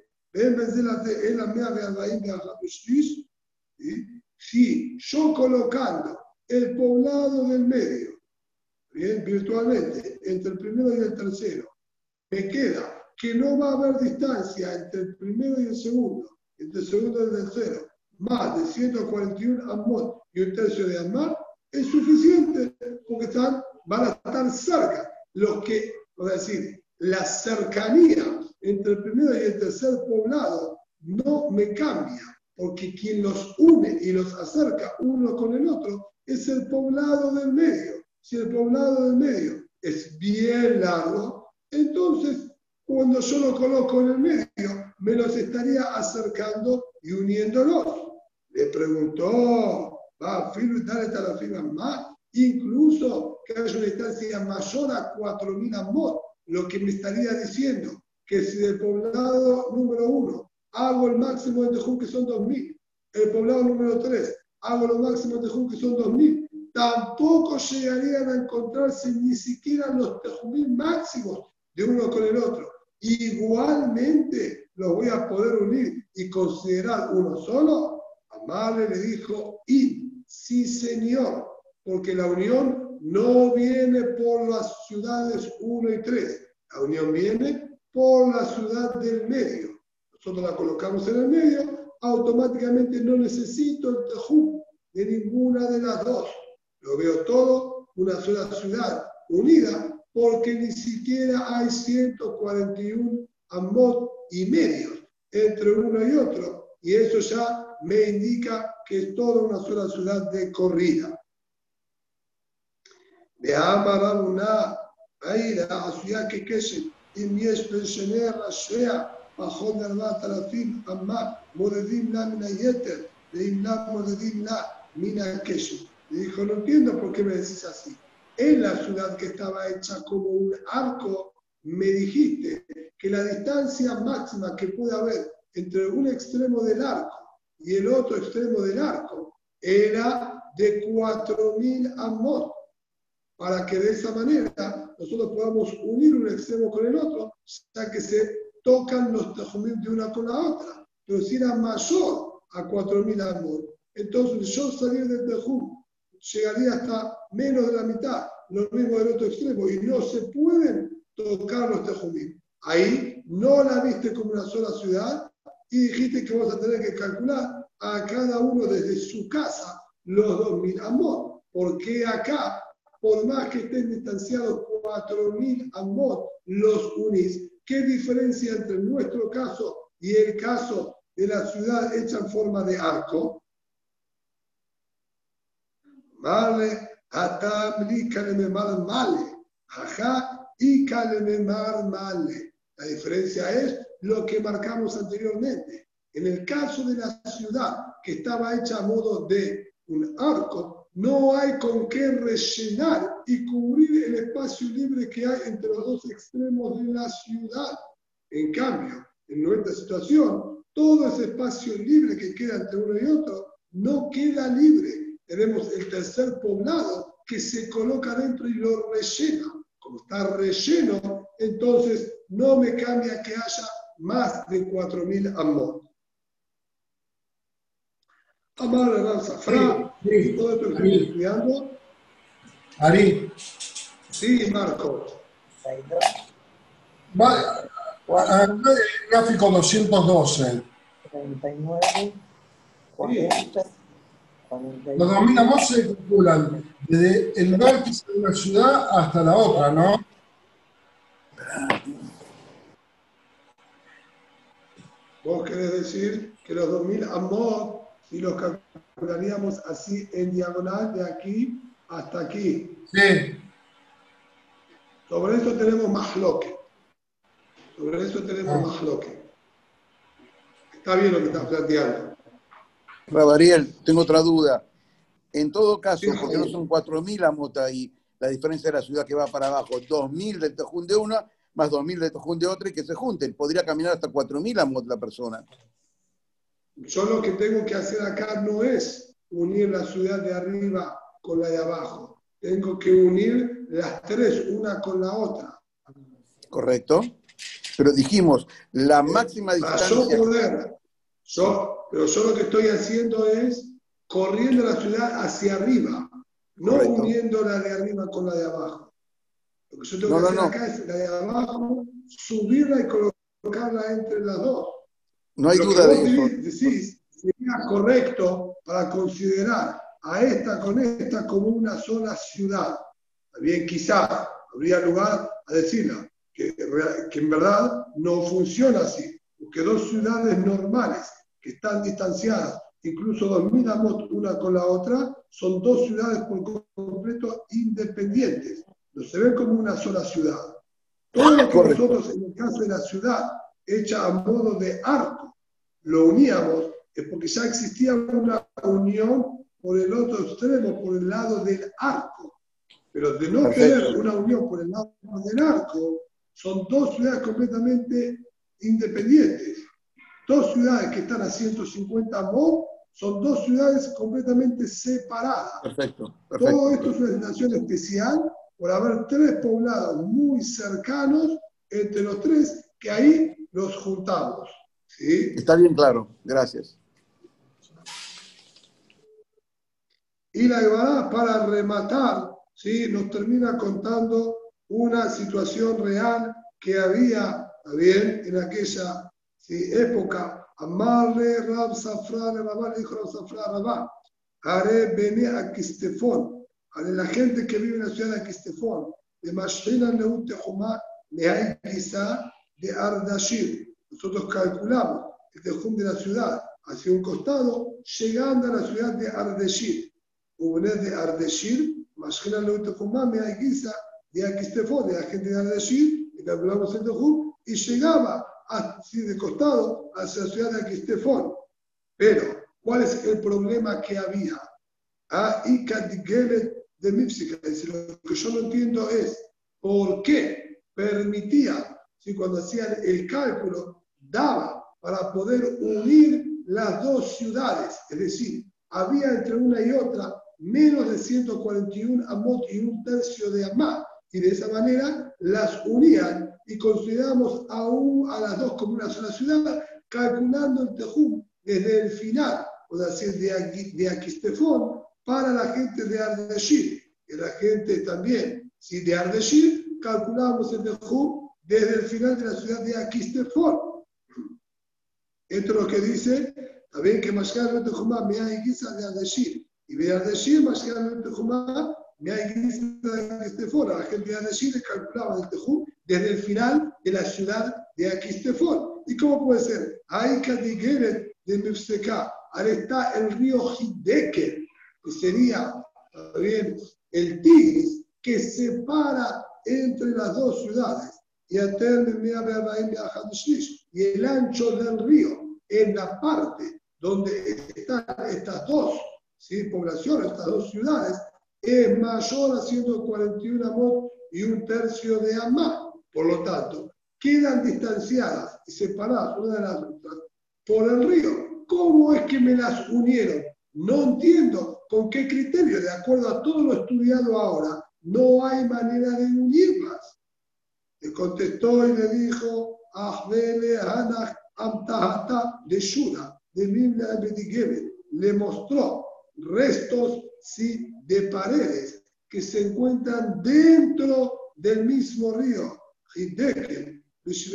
si yo colocando el poblado del medio, bien, virtualmente, entre el primero y el tercero, me queda que no va a haber distancia entre el primero y el segundo, entre el segundo y el tercero, más de 141 amot y un tercio de amar, es suficiente porque van a estar cerca. Los que, es decir, la cercanía entre el primero y el tercer poblado no me cambia, porque quien los une y los acerca uno con el otro es el poblado del medio. Si el poblado del medio es bien largo, entonces cuando yo lo coloco en el medio, me los estaría acercando y uniéndolos. Le preguntó, va, más, incluso que haya una distancia mayor a 4.000 amot, lo que me estaría diciendo que si del poblado número 1 hago el máximo de Tejún, que son 2.000, el poblado número 3 hago lo máximo de Tejún, que son 2.000, tampoco llegarían a encontrarse ni siquiera los Tejumín máximos de uno con el otro. Igualmente los voy a poder unir y considerar uno solo. Amale le dijo, y sí señor, porque la unión no viene por las ciudades 1 y 3, la unión viene por la ciudad del medio. Nosotros la colocamos en el medio, automáticamente no necesito el tejú de ninguna de las dos. Lo veo todo una sola ciudad unida, porque ni siquiera hay 141 amot y medios entre uno y otro, y eso ya me indica que es toda una sola ciudad de corrida. De Amarabuna, ahí la ciudad que queche, y mi expresioner la sea, bajo de Arbatarafim, Amma, Modedim la mina yeter, de Imna Modedim la mina queche. Le dijo, no entiendo por qué me decís así. En la ciudad que estaba hecha como un arco, me dijiste que la distancia máxima que puede haber entre un extremo del arco y el otro extremo del arco era de 4.000 amot, para que de esa manera nosotros podamos unir un extremo con el otro, ya que se tocan los tejumim de una con la otra. Pero si era mayor a 4.000 amot, entonces yo salir del tejum llegaría hasta menos de la mitad, lo mismo del otro extremo, y no se pueden tocar los tejumim. Ahí no la viste como una sola ciudad y dijiste que vas a tener que calcular a cada uno desde su casa los 2.000 amot. Porque acá, por más que estén distanciados 4.000 amot, los unís. ¿Qué diferencia entre nuestro caso y el caso de la ciudad hecha en forma de arco? Male, atamli kalememar male, ajá, y kalememar male. La diferencia es lo que marcamos anteriormente. En el caso de la ciudad que estaba hecha a modo de un arco, no hay con qué rellenar y cubrir el espacio libre que hay entre los dos extremos de la ciudad. En cambio, en nuestra situación, todo ese espacio libre que queda entre uno y otro no queda libre. Tenemos el tercer poblado que se coloca dentro y lo rellena. Como está relleno, entonces no me cambia que haya más de 4.000 amot. Amar Rav Safra, Sí, todo esto que estoy estudiando. Ari, Sí, Marco. el gráfico 212. 39, 40, 42. Los 2000 amot se calculan desde el vértice de una ciudad hasta la otra, ¿no? Vos querés decir que los 2.000 amot, si los calcularíamos así en diagonal de aquí hasta aquí. Sí. Sobre eso tenemos mahloque. Sobre eso tenemos mahloque. Está bien lo que estás planteando. Rabariel, tengo otra duda. En todo caso, Sí, porque no son 4.000 amot ahí, la diferencia de la ciudad que va para abajo, 2.000 del Tejún de una, más 2.000 del Tejún de otra y que se junten. Podría caminar hasta 4.000 amot la persona. Yo lo que tengo que hacer acá no es unir la ciudad de arriba con la de abajo. Tengo que unir las tres, una con la otra. ¿Correcto? Pero dijimos, la máxima Para yo distancia... poder, pero yo lo que estoy haciendo es corriendo la ciudad hacia arriba, no Correcto. uniendo la de arriba con la de abajo. Lo que yo tengo que hacer acá es la de abajo, subirla y colocarla entre las dos. No hay Lo duda que de vos eso. decís sería correcto para considerar a esta con esta como una sola ciudad. También quizás habría lugar a decirla, que en verdad no funciona así, porque dos ciudades normales que están distanciadas, incluso 2.000 amot una con la otra, son dos ciudades por completo independientes. No se ven como una sola ciudad. Todo lo que Correcto. nosotros, en el caso de la ciudad, hecha a modo de arco, lo uníamos, es porque ya existía una unión por el otro extremo, por el lado del arco. Pero de no tener una unión por el lado del arco, son dos ciudades completamente independientes. Dos ciudades que están a 150 amot son dos ciudades completamente separadas. Perfecto. Todo esto es una situación especial por haber tres poblados muy cercanos entre los tres, que ahí los juntamos. ¿Sí? Está bien claro. Gracias. Y la Gemara, para rematar, ¿sí?, nos termina contando una situación real que había, ¿bien?, en aquella, ¿sí?, época. Amarle Rab Safra Rabá, dijo Rab Safra Rabá, haré bene Aquistefón, haré la gente que vive en la ciudad de Aquistefón, de Mashina Neut Tehumá, de Aiguisa, de Ardashir. Nosotros calculamos el Tehum de la ciudad hacia un costado, llegando a la ciudad de Ardashir. Ubenet de Ardashir, Mashina Neut Tehumá, de Aiguisa, de Aquistefón, de la gente de Ardashir, y calculamos el Tehum, y llegaba así de costado hacia la ciudad de Aquistefón. Pero, ¿cuál es el problema que había? De Mipsika. Lo que yo no entiendo es por qué permitía, si cuando hacían el cálculo, daba para poder unir las dos ciudades. Es decir, había entre una y otra menos de 141 amot y un tercio de amá. Y de esa manera las unían y consideramos a las dos como una sola ciudad, calculando el Tehum desde el final, o decir, de Aquistefón, para la gente de Ardashir. Y la gente también, si de Ardashir, calculamos el Tehum desde el final de la ciudad de Aquistefón. Esto es lo que dice, también que Mashkar no Tehumá, me hay guisa de Ardashir. Y de Ardashir, Mashkar no Tehumá, me hay guisa de Aquistefón. La gente de Ardashir calculaba el Tehum desde el final de la ciudad de Aquistefón. ¿Y cómo puede ser? Hay Kadigeret de Mefseká. Ahora está el río Hiddekel, que sería bien el Tigris, que separa entre las dos ciudades. Y el ancho del río, en la parte donde están estas dos, ¿sí?, poblaciones, estas dos ciudades, es mayor a 141 amot y un tercio de amá. Por lo tanto, quedan distanciadas y separadas una de las otras por el río. ¿Cómo es que me las unieron? No entiendo con qué criterio. De acuerdo a todo lo estudiado ahora, no hay manera de unirlas. Le contestó y le dijo, Ahbele Hanach Amtahata de Shura, de Mimla Bedigevet. Le mostró restos, sí, de paredes que se encuentran dentro del mismo río, Hidekel,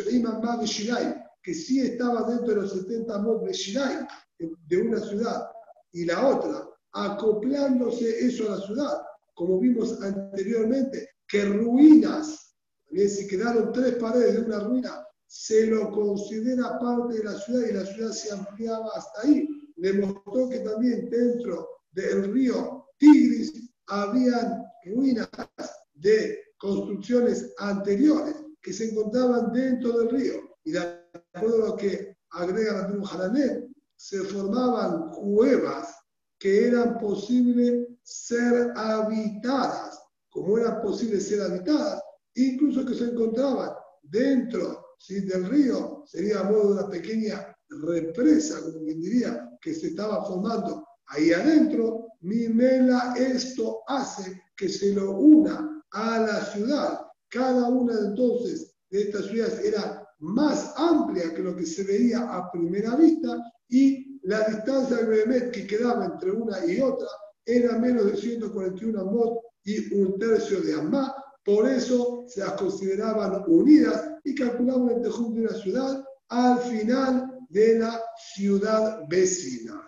que sí estaba dentro de los 70 amot de Shirai, de una ciudad, y la otra, acoplándose eso a la ciudad, como vimos anteriormente, que ruinas, también si quedaron 3 paredes de una ruina, se lo considera parte de la ciudad y la ciudad se ampliaba hasta ahí. Le mostró que también dentro del río Tigris habían ruinas de construcciones anteriores que se encontraban dentro del río. Y de acuerdo a lo que agrega Rabbeinu Hanané, se formaban cuevas que eran posibles ser habitadas. Como eran posibles ser habitadas, incluso que se encontraban dentro, ¿sí?, del río, sería a modo de una pequeña represa, como quien diría, que se estaba formando ahí adentro. Mimela, esto hace que se lo una a la ciudad. Cada una entonces de estas ciudades era más amplia que lo que se veía a primera vista y la distancia de que quedaba entre una y otra era menos de 141 amot y un tercio de amá. Por eso se las consideraban unidas y calculaban el tejum de una ciudad al final de la ciudad vecina.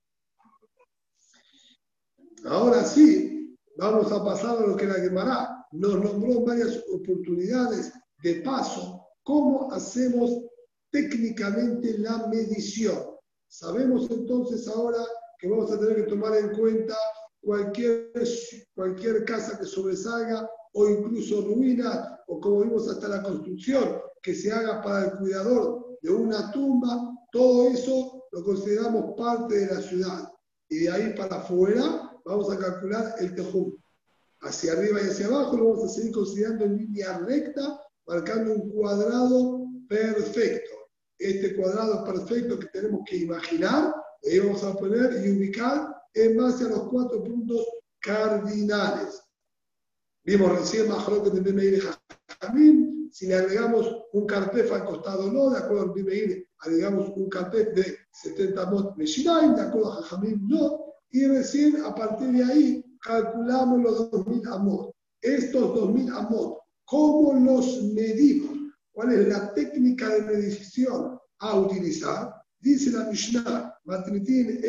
Ahora sí, vamos a pasar a lo que la Gemara nos nombró en varias oportunidades de paso, cómo hacemos técnicamente la medición. Sabemos entonces ahora que vamos a tener que tomar en cuenta cualquier casa que sobresalga o incluso ruinas, o como vimos hasta la construcción que se haga para el cuidador de una tumba. Todo eso lo consideramos parte de la ciudad. Y de ahí para afuera vamos a calcular el tejum. Hacia arriba y hacia abajo lo vamos a seguir considerando en línea recta, marcando un cuadrado perfecto. Este cuadrado perfecto que tenemos que imaginar, ahí vamos a poner y ubicar en base a los 4 puntos cardinales. Vimos recién Mahalot de Bimeir y Jajamim. Si le agregamos un carpef al costado no, de acuerdo al Bimeir, agregamos un carpef de 70 amot Meshirai, de acuerdo a Jajamim no. Y recién a partir de ahí calculamos los 2000 amot. Estos 2000 amot, ¿cómo los medimos? ¿Cuál es la técnica de medición a utilizar? Dice la Mishnah, Matnitin,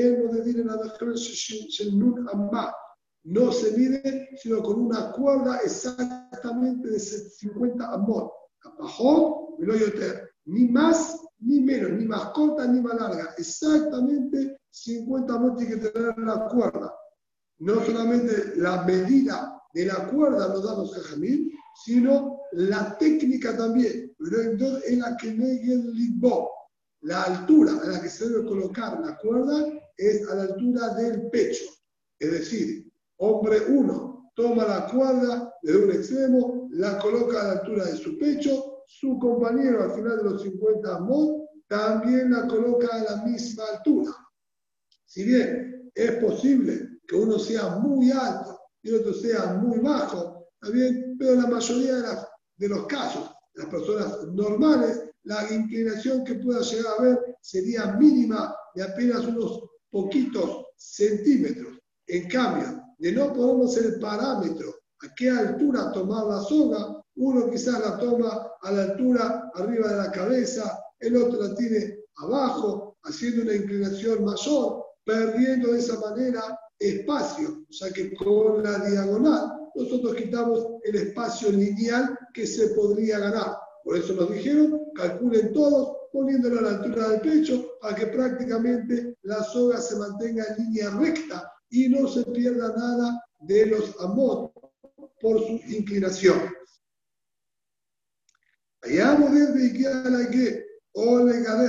no se mide sino con una cuerda exactamente de 50 amot. Ni más ni menos, ni más corta ni más larga. Exactamente 50 amot tiene que tener la cuerda. No solamente la medida de la cuerda nos da los jajamim, sino la técnica también. Pero entonces en la que neguen litbo, la altura a la que se debe colocar la cuerda es a la altura del pecho. Es decir, hombre 1 toma la cuerda desde un extremo, la coloca a la altura de su pecho, su compañero al final de los 50 amot también la coloca a la misma altura. Si bien es posible que uno sea muy alto y el otro sea muy bajo, también, pero en la mayoría de los casos, las personas normales, la inclinación que pueda llegar a ver sería mínima de apenas unos poquitos centímetros. En cambio, de no ponernos el parámetro a qué altura tomar la soga, uno quizás la toma a la altura arriba de la cabeza, el otro la tiene abajo, haciendo una inclinación mayor, perdiendo de esa manera espacio, o sea que con la diagonal nosotros quitamos el espacio lineal que se podría ganar. Por eso nos dijeron, calculen todos poniéndolo a la altura del pecho para que prácticamente la soga se mantenga en línea recta y no se pierda nada de los amot por su inclinación. Allá desde que o le ganar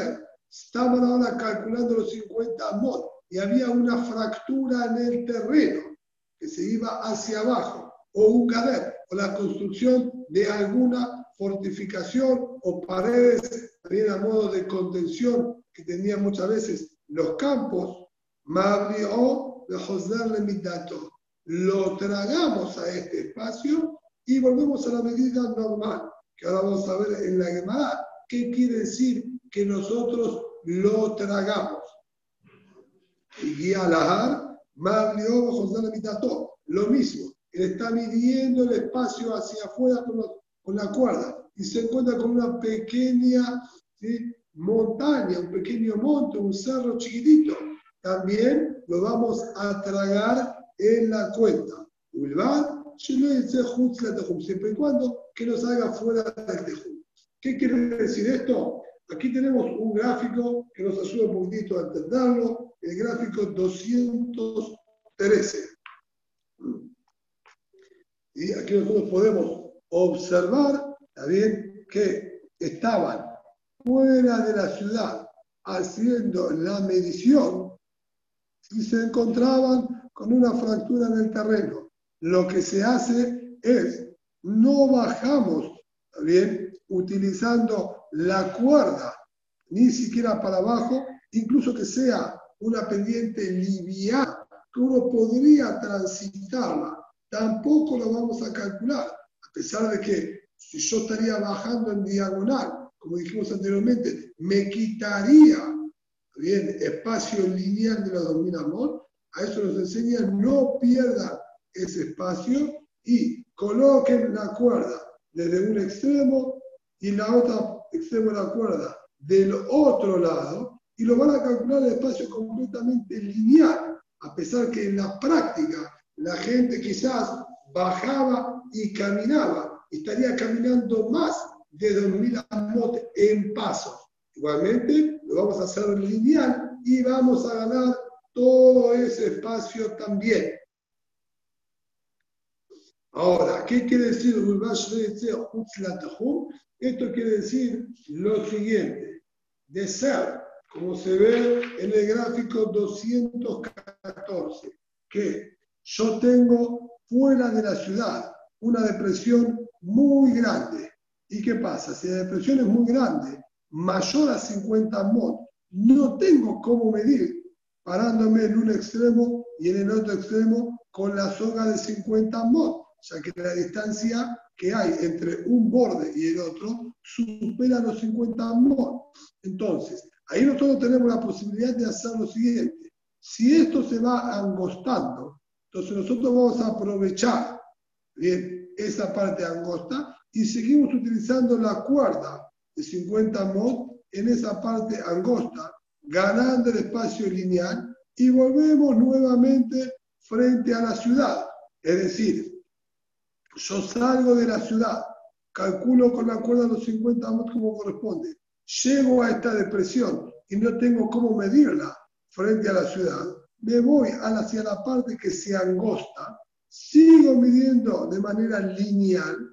estaban ahora calculando los 50 mod y había una fractura en el terreno que se iba hacia abajo, o un cader, o la construcción de alguna fortificación o paredes, también a modo de contención que tenían muchas veces los campos, Mabrió de José Lemitato. Lo tragamos a este espacio y volvemos a la medida normal, que ahora vamos a ver en la Gemara qué quiere decir que nosotros lo tragamos. Y guía Lahar, Mabrió de José Lemitato. Lo mismo, él está midiendo el espacio hacia afuera con la cuerda y se encuentra con una pequeña, ¿sí?, montaña, un pequeño monte, un cerro chiquitito. También lo vamos a tragar en la cuenta. Siempre y cuando que nos haga fuera del tejú. ¿Qué quiere decir esto? Aquí tenemos un gráfico que nos ayuda un poquitito a entenderlo, el gráfico 213. Y aquí nosotros podemos observar también que estaban fuera de la ciudad haciendo la medición y se encontraban con una fractura en el terreno. Lo que se hace es, no bajamos, ¿bien?, utilizando la cuerda, ni siquiera para abajo, incluso que sea una pendiente liviana, que uno podría transitarla, tampoco lo vamos a calcular, a pesar de que si yo estaría bajando en diagonal, como dijimos anteriormente, me quitaría, bien, espacio lineal de la 2000 amot. A eso nos enseña, no pierdan ese espacio y coloquen la cuerda desde un extremo y la otra extremo de la cuerda del otro lado y lo van a calcular el espacio completamente lineal, a pesar que en la práctica la gente quizás bajaba y caminaba, estaría caminando más de 2000 amot en paso. Igualmente lo vamos a hacer lineal y vamos a ganar todo ese espacio también. Ahora, ¿qué quiere decir? Esto quiere decir lo siguiente: de ser, como se ve en el gráfico 214, que yo tengo fuera de la ciudad una depresión muy grande. ¿Y qué pasa? Si la depresión es muy grande, mayor a 50 mod, no tengo cómo medir, parándome en un extremo y en el otro extremo con la soga de 50 mod, ya que la distancia que hay entre un borde y el otro supera los 50 mod. Entonces, ahí nosotros tenemos la posibilidad de hacer lo siguiente: si esto se va angostando, entonces nosotros vamos a aprovechar, bien, esa parte angosta y seguimos utilizando la cuerda de 50 mod en esa parte angosta, ganando el espacio lineal y volvemos nuevamente frente a la ciudad. Es decir, yo salgo de la ciudad, calculo con la cuerda los 50 mod como corresponde, llego a esta depresión y no tengo cómo medirla frente a la ciudad, me voy hacia la parte que se angosta, sigo midiendo de manera lineal,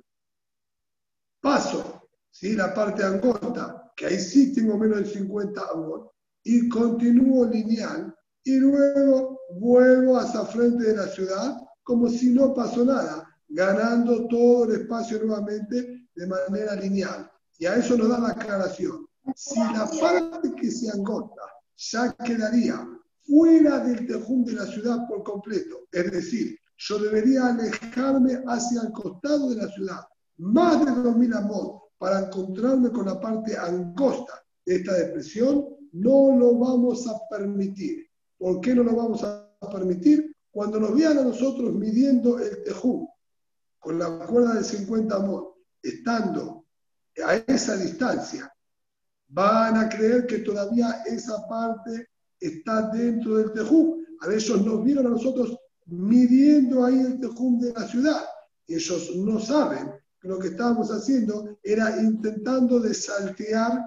paso, ¿sí?, la parte angosta, que ahí sí tengo menos de 50 amot, y continúo lineal, y luego vuelvo hacia frente de la ciudad como si no pasó nada, ganando todo el espacio nuevamente de manera lineal. Y a eso nos da la aclaración. Si la parte que se angosta ya quedaría fuera del tejún de la ciudad por completo, es decir, yo debería alejarme hacia el costado de la ciudad, más de 2000 amot, para encontrarme con la parte angosta de esta depresión, no lo vamos a permitir. ¿Por qué no lo vamos a permitir? Cuando nos vean a nosotros midiendo el tejú con la cuerda de 50 amot, estando a esa distancia, van a creer que todavía esa parte está dentro del tejú. A ellos nos vieron a nosotros midiendo ahí el tejú de la ciudad. Y ellos no saben que lo que estábamos haciendo era intentando de saltear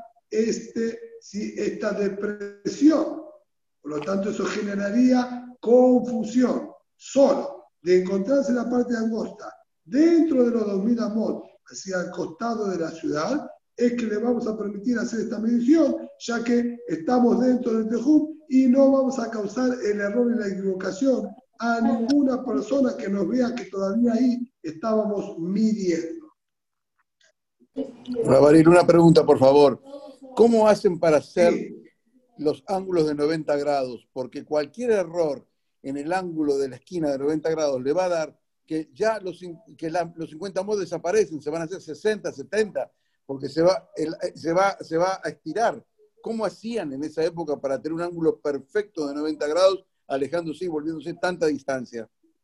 esta depresión. Por lo tanto, eso generaría confusión. Solo de encontrarse la parte angosta dentro de los 2000 amot hacia el costado de la ciudad, es que le vamos a permitir hacer esta medición, ya que estamos dentro del Tejum y no vamos a causar el error y la equivocación a ninguna persona que nos vea que todavía ahí estábamos midiendo. Rabaril, una pregunta, por favor. ¿Cómo hacen para hacer Sí. los ángulos de 90 grados? Porque cualquier error en el ángulo de la esquina de 90 grados le va a dar que ya los 50 mods desaparecen, se van a hacer 60, 70, porque se va a estirar. ¿Cómo hacían en esa época para tener un ángulo perfecto de 90 grados, alejándose y volviéndose tanta distancia?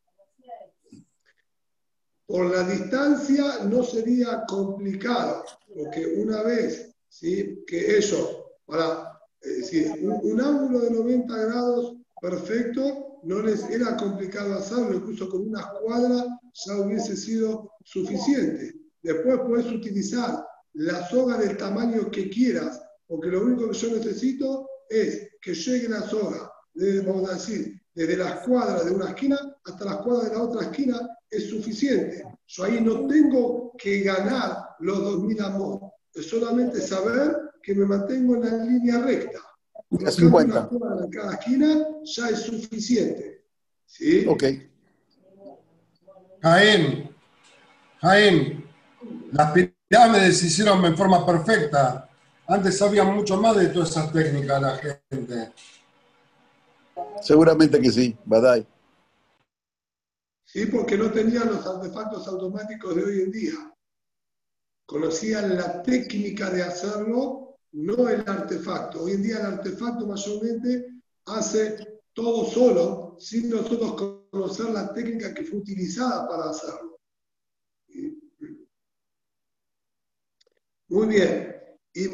Por la distancia no sería complicado, porque una vez, ¿sí?, que ellos, un ángulo de 90 grados perfecto, no les era complicado hacerlo, incluso con una cuadra ya hubiese sido suficiente. Después puedes utilizar la soga del tamaño que quieras, porque lo único que yo necesito es que llegue la soga, vamos a decir, desde las cuadras de una esquina hasta las cuadras de la otra esquina, es suficiente. Yo ahí no tengo que ganar los 2000 amos, es solamente saber que me mantengo en la línea recta. A 50. Una cuadra en cada esquina ya es suficiente. ¿Sí? Ok. Jaén, las pirámides se hicieron en forma perfecta. Antes sabía mucho más de todas esas técnicas la gente. Seguramente que sí, Badai. Sí, porque no tenían los artefactos automáticos de hoy en día. Conocían la técnica de hacerlo, no el artefacto. Hoy en día el artefacto mayormente hace todo solo, sin nosotros conocer la técnica que fue utilizada para hacerlo. Muy bien. Y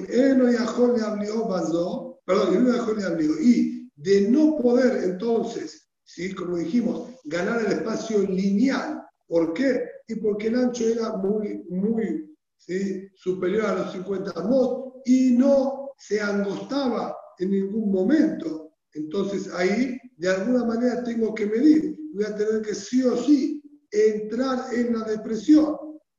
de no poder entonces, ¿sí?, como dijimos, ganar el espacio lineal. ¿Por qué? Y porque el ancho era muy, ¿sí?, superior a los 50 mod y no se angostaba en ningún momento. Entonces ahí, de alguna manera, tengo que medir. Voy a tener que sí o sí entrar en la depresión.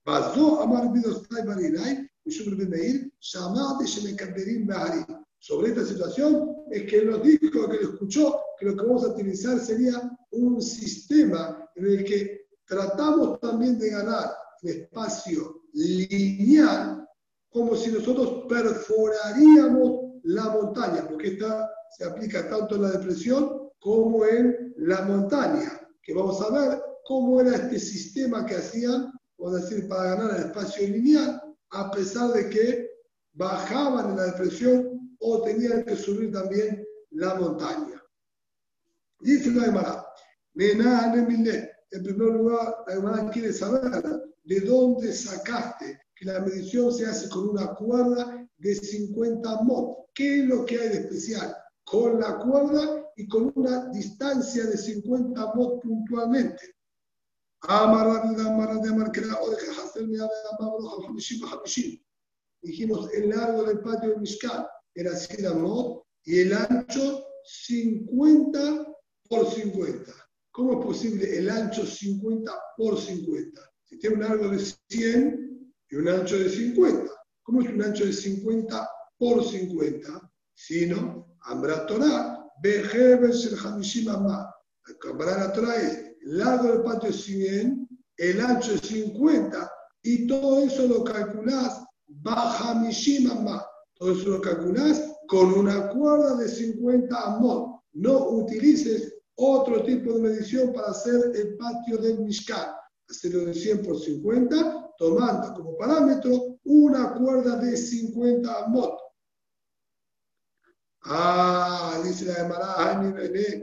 Sobre esta situación es que él nos dijo, que él escuchó, que lo que vamos a utilizar sería un sistema en el que tratamos también de ganar el espacio lineal, como si nosotros perforaríamos la montaña, porque esta se aplica tanto en la depresión como en la montaña, que vamos a ver cómo era este sistema que hacían, vamos a decir, para ganar el espacio lineal, a pesar de que bajaban en la depresión o tenían que subir también la montaña. Dice la Gemara, en primer lugar, la Gemara quiere saber de dónde sacaste que la medición se hace con una cuerda de 50 mod. ¿Qué es lo que hay de especial con la cuerda y con una distancia de 50 mod puntualmente? Dijimos, el largo del patio del Mishkan era 100 mod y el ancho 50 por 50. ¿Cómo es posible el ancho 50 por 50? Si tiene un largo de 100 y un ancho de 50. ¿Cómo es un ancho de 50 por 50? Sino, Ambra Torah, Bejeves el Hamishim Amá. La Torah es, el largo del patio es 100, el ancho es 50, y todo eso lo calculás Bahamishim Amá. Todo eso lo calculás con una cuerda de 50 amot. No utilices otro tipo de medición para hacer el patio del Mishkan. Hacerlo de 100 por 50, tomando como parámetro una cuerda de 50 amot. Dice la Gemara,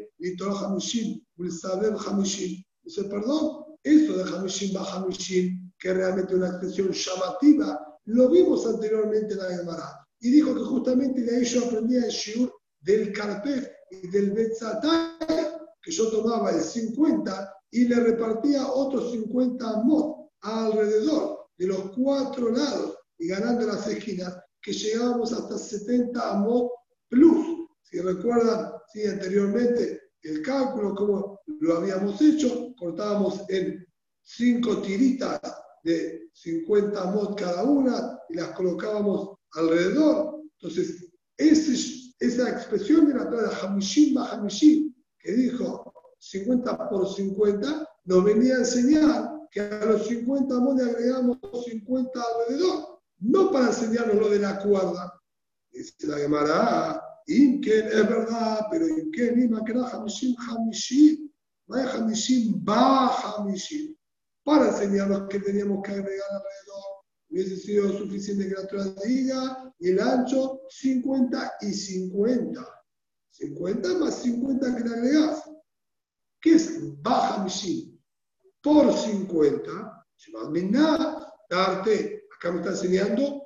dice, perdón, eso de Hamishim Bahamishim, que es realmente una expresión llamativa, lo vimos anteriormente en la Gemara. Y dijo que justamente de ahí yo aprendía el shiur del Karpef y del Betzatay, que yo tomaba el 50 y le repartía otros 50 amot alrededor de los 4 lados y ganando las esquinas, que llegábamos hasta 70 amot plus. Si recuerdan, sí, anteriormente el cálculo, como lo habíamos hecho, cortábamos en 5 tiritas de 50 amot cada una y las colocábamos alrededor. Entonces, esa expresión de la Torah, Hamishim ba Hamishim, que dijo 50 por 50, nos venía a enseñar que a los 50 amot le agregamos 50 alrededor, no para enseñarnos lo de la cuerda. Dice la Gemara, Inken es verdad, pero Inken ima que era Hamishim Hamishim, vaya Hamishim ba Hamishim, para enseñarnos que teníamos que agregar alrededor. Hubiese sido suficiente que la Torah diga, y el ancho 50 y 50. 50 más 50 que le agregás. ¿Qué es ba Hamishim? Por 50, se va a minar, darte, acá me está enseñando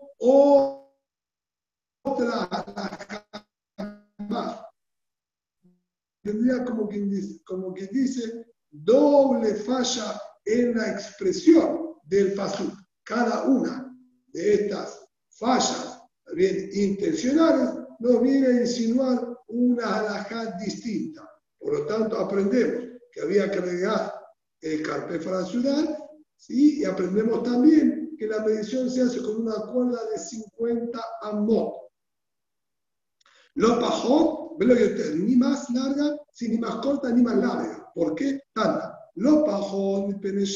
otra más. Tendría como quien dice doble falla en la expresión del pasuk. Cada una de estas fallas bien intencionales nos viene a insinuar una halajá distinta. Por lo tanto, aprendemos que había que agregar el carpé para la ciudad, ¿sí? Y aprendemos también que la medición se hace con una cuerda de 50 amot. Lo pajot, ni más larga, ni más corta, ni más larga. ¿Por qué? Tanta. Lo pajot,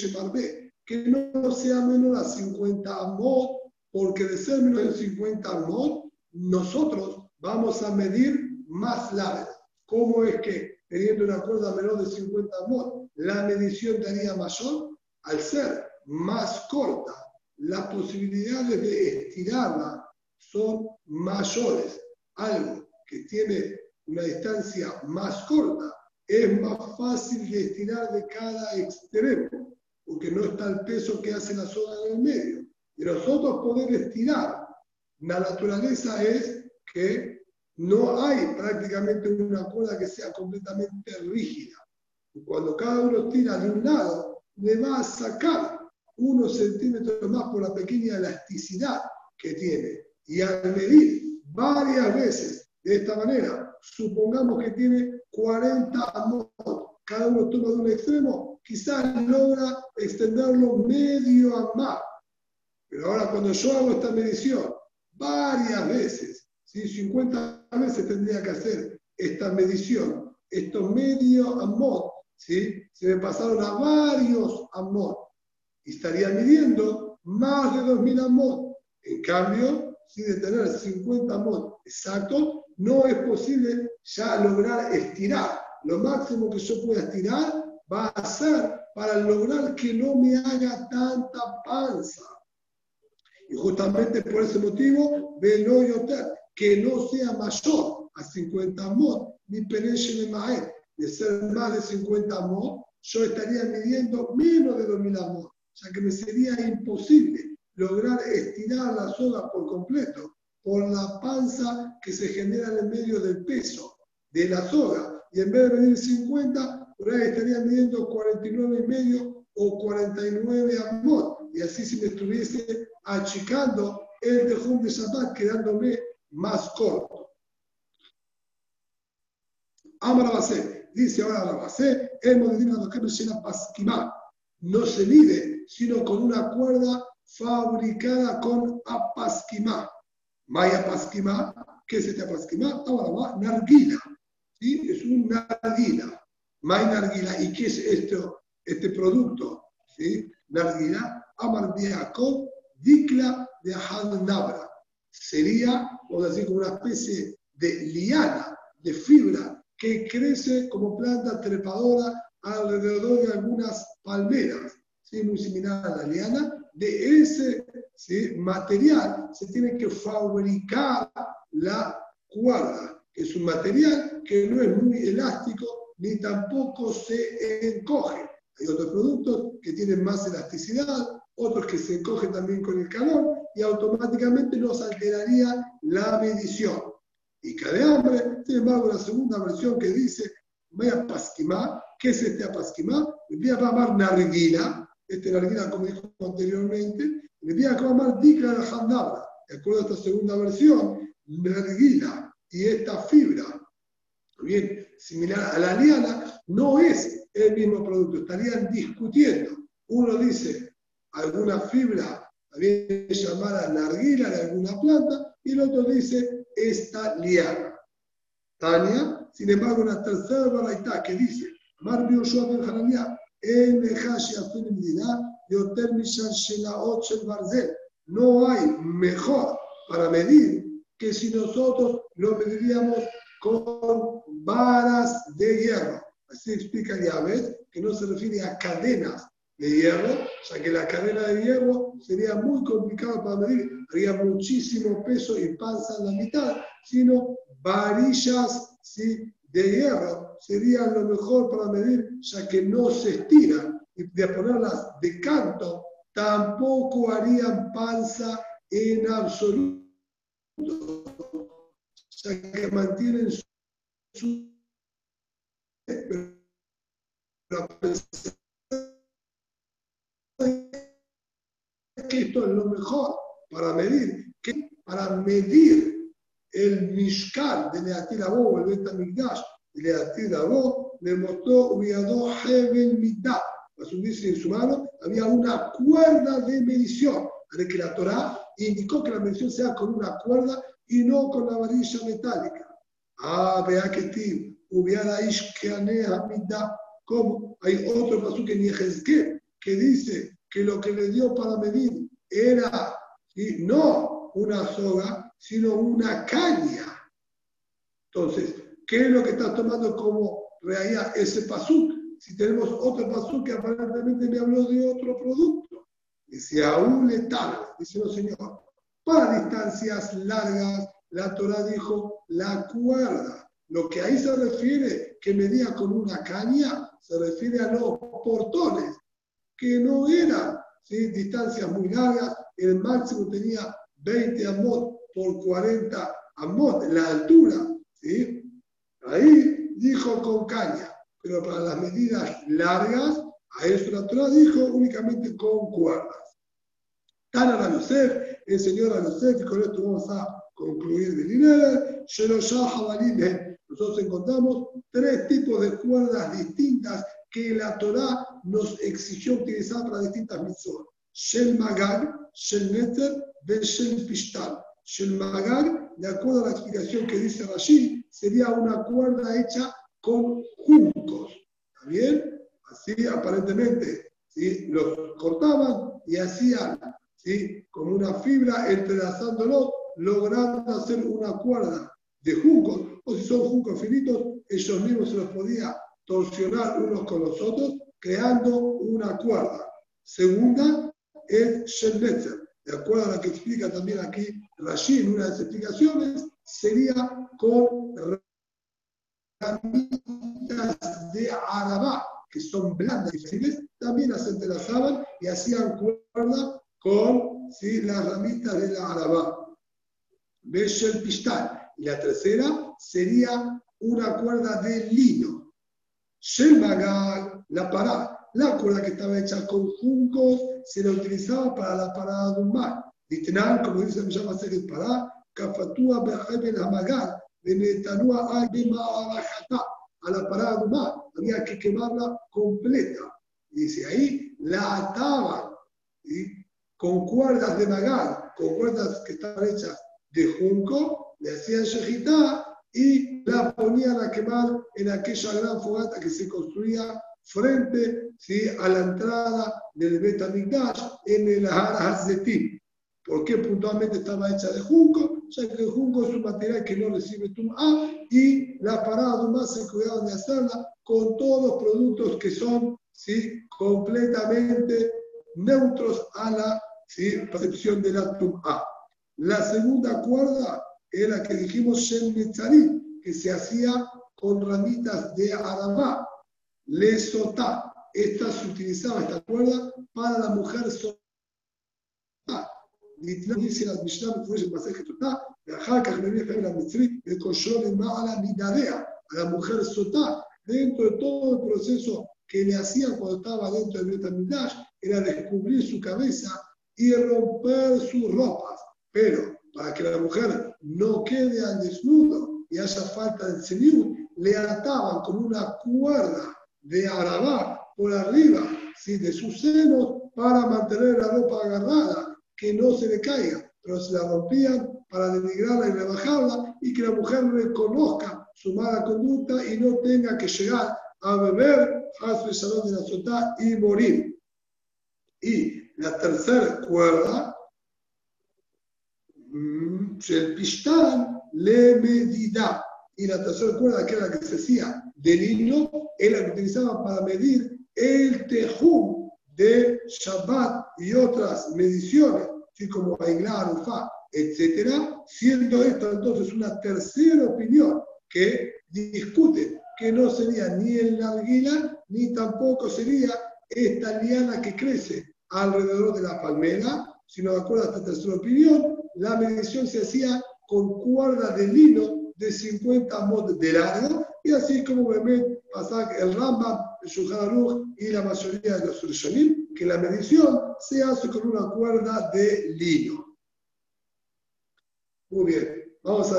que no sea menos a 50 amot, porque de ser menos de 50 amot, nosotros vamos a medir más larga. ¿Cómo es que, teniendo una cuerda menor de 50 amot, la medición daría mayor? Al ser más corta, las posibilidades de estirarla son mayores. Algo que tiene una distancia más corta es más fácil de estirar de cada extremo, porque no está el peso que hace la soga en el medio. Y nosotros poder estirar, la naturaleza es que no hay prácticamente una cuerda que sea completamente rígida. Y cuando cada uno tira de un lado, le va a sacar unos centímetros más por la pequeña elasticidad que tiene. Y al medir varias veces de esta manera, supongamos que tiene 40 amot, cada uno toma de un extremo, quizás logra extenderlo medio amar. Pero ahora cuando yo hago esta medición varias veces, ¿sí? 50 veces tendría que hacer esta medición, estos medio amot, ¿sí? Se me pasaron a varios amot y estaría midiendo más de 2000 amot. En cambio, si de tener 50 amot exactos, no es posible ya lograr estirar. Lo máximo que yo pueda estirar va a ser para lograr que no me haga tanta panza. Y justamente por ese motivo, velo yoter, que no sea mayor a 50 amot, ni pereche de maet. De ser más de 50 amot, yo estaría midiendo menos de 2000 amot, ya que me sería imposible lograr estirar la soga por completo por la panza que se genera en el medio del peso de la soga. Y en vez de medir 50, por ahí estaría midiendo 49,5 o 49 amot. Y así se me estuviese achicando el tejum de Shabbat, quedándome más corto. Amar Rabasé, dice ahora Rabasé, no se mide, sino con una cuerda fabricada con apasquimá. Maya pasquimá, ¿qué es este apasquimá? Ahora va, narguila, ¿sí? Es un narguila. May narguila, ¿y qué es este producto? ¿Sí? Narguila, amar biakov, dikla de ahad nabra. Sería, vamos a decir, como una especie de liana, de fibra, que crece como planta trepadora alrededor de algunas palmeras, ¿sí? Muy similar a la liana. De ese, ¿sí? material se tiene que fabricar la cuerda, que es un material que no es muy elástico ni tampoco se encoge. Hay otros productos que tienen más elasticidad, otros que se encogen también con el calor y automáticamente nos alteraría la medición. Y cae hambre, sin embargo, la segunda versión que dice, vaya pasquimá, ¿qué es este apasquimá? Voy a llamar narguila. Este narguila, como dijo anteriormente, le voy a llamar dikla de handabra. De acuerdo a esta segunda versión, narguila y esta fibra, bien, similar a la liana, no es el mismo producto. Estarían discutiendo. Uno dice alguna fibra, también llamada narguila de alguna planta, y el otro dice esta liana. Tania, sin embargo, una tercera baraita que dice, Mar Yoshua ben Hananiah, no hay mejor para medir que si nosotros lo mediríamos con varas de hierro. Así explica Yahweh, que no se refiere a cadenas de hierro, ya que la cadena de hierro sería muy complicada para medir, haría muchísimo peso y panza en la mitad, sino varillas, ¿sí?, de hierro serían lo mejor para medir, ya que no se estiran, y de ponerlas de canto tampoco harían panza en absoluto, ya que mantienen su... que esto es lo mejor para medir, que para medir el Mishkan de Leatir Abó, el Betamigdash de Leatir Abó, le mostró Uyadó Hevel Mitá. A su dice en su mano había una cuerda de medición, de que la Torá indicó que la medición sea con una cuerda y no con la varilla metálica. Vea que Tim, Uyada Ishkeanea Mitá, como hay otro pasuk en Yehezkel que dice que lo que le dio para medir era, ¿sí?, no una soga, sino una caña. Entonces, ¿qué es lo que está tomando como realidad ese pasuk? Si tenemos otro pasuk que aparentemente me habló de otro producto. Dice, aún letal, dice no señor, para distancias largas, la Torá dijo la cuerda. Lo que ahí se refiere, que medía con una caña, se refiere a los portones, que no eran, ¿sí?, distancias muy largas, el máximo tenía 20 amot por 40 amot, la altura, ¿sí? Ahí dijo con caña, pero para las medidas largas, a eso la Torá dijo únicamente con cuerdas. Tan a Yosef, el señor a Yosef, y con esto vamos a concluir de Linel, nosotros encontramos 3 tipos de cuerdas distintas que la Torá nos exigió utilizar para distintas mitzvot. Shel Magag, Shel Neter, Shel Pishtal. Shel Magag, de acuerdo a la explicación que dice Rashi, sería una cuerda hecha con juncos. ¿Está bien? Así aparentemente, ¿sí?, los cortaban y hacían, ¿sí?, como una fibra entrelazándolo, logrando hacer una cuerda de juncos, o si son juncos finitos, ellos mismos se los podía torsionar unos con los otros, creando una cuerda. Segunda es Shel Netzer, de acuerdo a la que explica también aquí Rashi en una de las explicaciones, sería con ramitas de arabá, que son blandas y flexibles, también las entrelazaban y hacían cuerda con, ¿sí?, las ramitas de la arabá. Beshel Pishtal. Y la tercera sería una cuerda de lino. Shel Magag, la parada. La cuerda que estaba hecha con juncos se la utilizaba para la parada de un mar. Ditnan, como dice el llama Seged Pará, Kafatúa Beheben Hamagag, Benetanúa al Bema'arajatá. A la parada de un mar había que quemarla completa. Y dice ahí, la ataban, ¿sí?, con cuerdas de Magag, con cuerdas que estaban hechas de junco, le hacían shejitá y la ponían a quemar en aquella gran fogata que se construía frente, ¿sí?, a la entrada del Betamigdash en el Har HaZetim. ¿Por qué puntualmente estaba hecha de junco? Ya que el junco es un material que no recibe tumá y la parada tumá se cuidaban de hacerla con todos los productos que son, ¿sí?, completamente neutros a la, ¿sí?, percepción de la tumá. La segunda cuerda era que dijimos Shel Netzarim, que se hacía con ramitas de arabá. Le sotá. Esta se utilizaba, esta cuerda, para la mujer sotá. Dice la Mishnah, fue el pasaje sotá, de Ajaca, que venía a la Mitzri, el Koshor de Ma'ala Midadea, a la mujer sotá, dentro de todo el proceso que le hacían cuando estaba dentro del Betamigdash, era descubrir su cabeza y romper sus ropas. Pero para que la mujer no quede al desnudo y haya falta de tzeniut, le ataban con una cuerda de arabá por arriba, ¿sí?, de sus senos, para mantener la ropa agarrada, que no se le caiga, pero se la rompían para denigrarla y rebajarla y que la mujer no reconozca su mala conducta y no tenga que llegar a beber Hasbe Shalom de la Sotá y morir. Y la tercera cuerda, el Pishtán le medida. Y la tercera cuerda, que era la que se hacía de lino, era la que utilizaban para medir el tejum de Shabbat y otras mediciones, así como Aiglar, Ufá, etc. Siendo esta entonces una tercera opinión que discute que no sería ni el narguila, ni tampoco sería esta liana que crece alrededor de la palmera, sino de acuerdo a esta tercera opinión, la medición se hacía con cuerda de lino de 50 mod de largo, y así como Bemet pasa el Rambam, el Shulchan Aruch y la mayoría de los Rishonim, que la medición se hace con una cuerda de lino. Muy bien, vamos a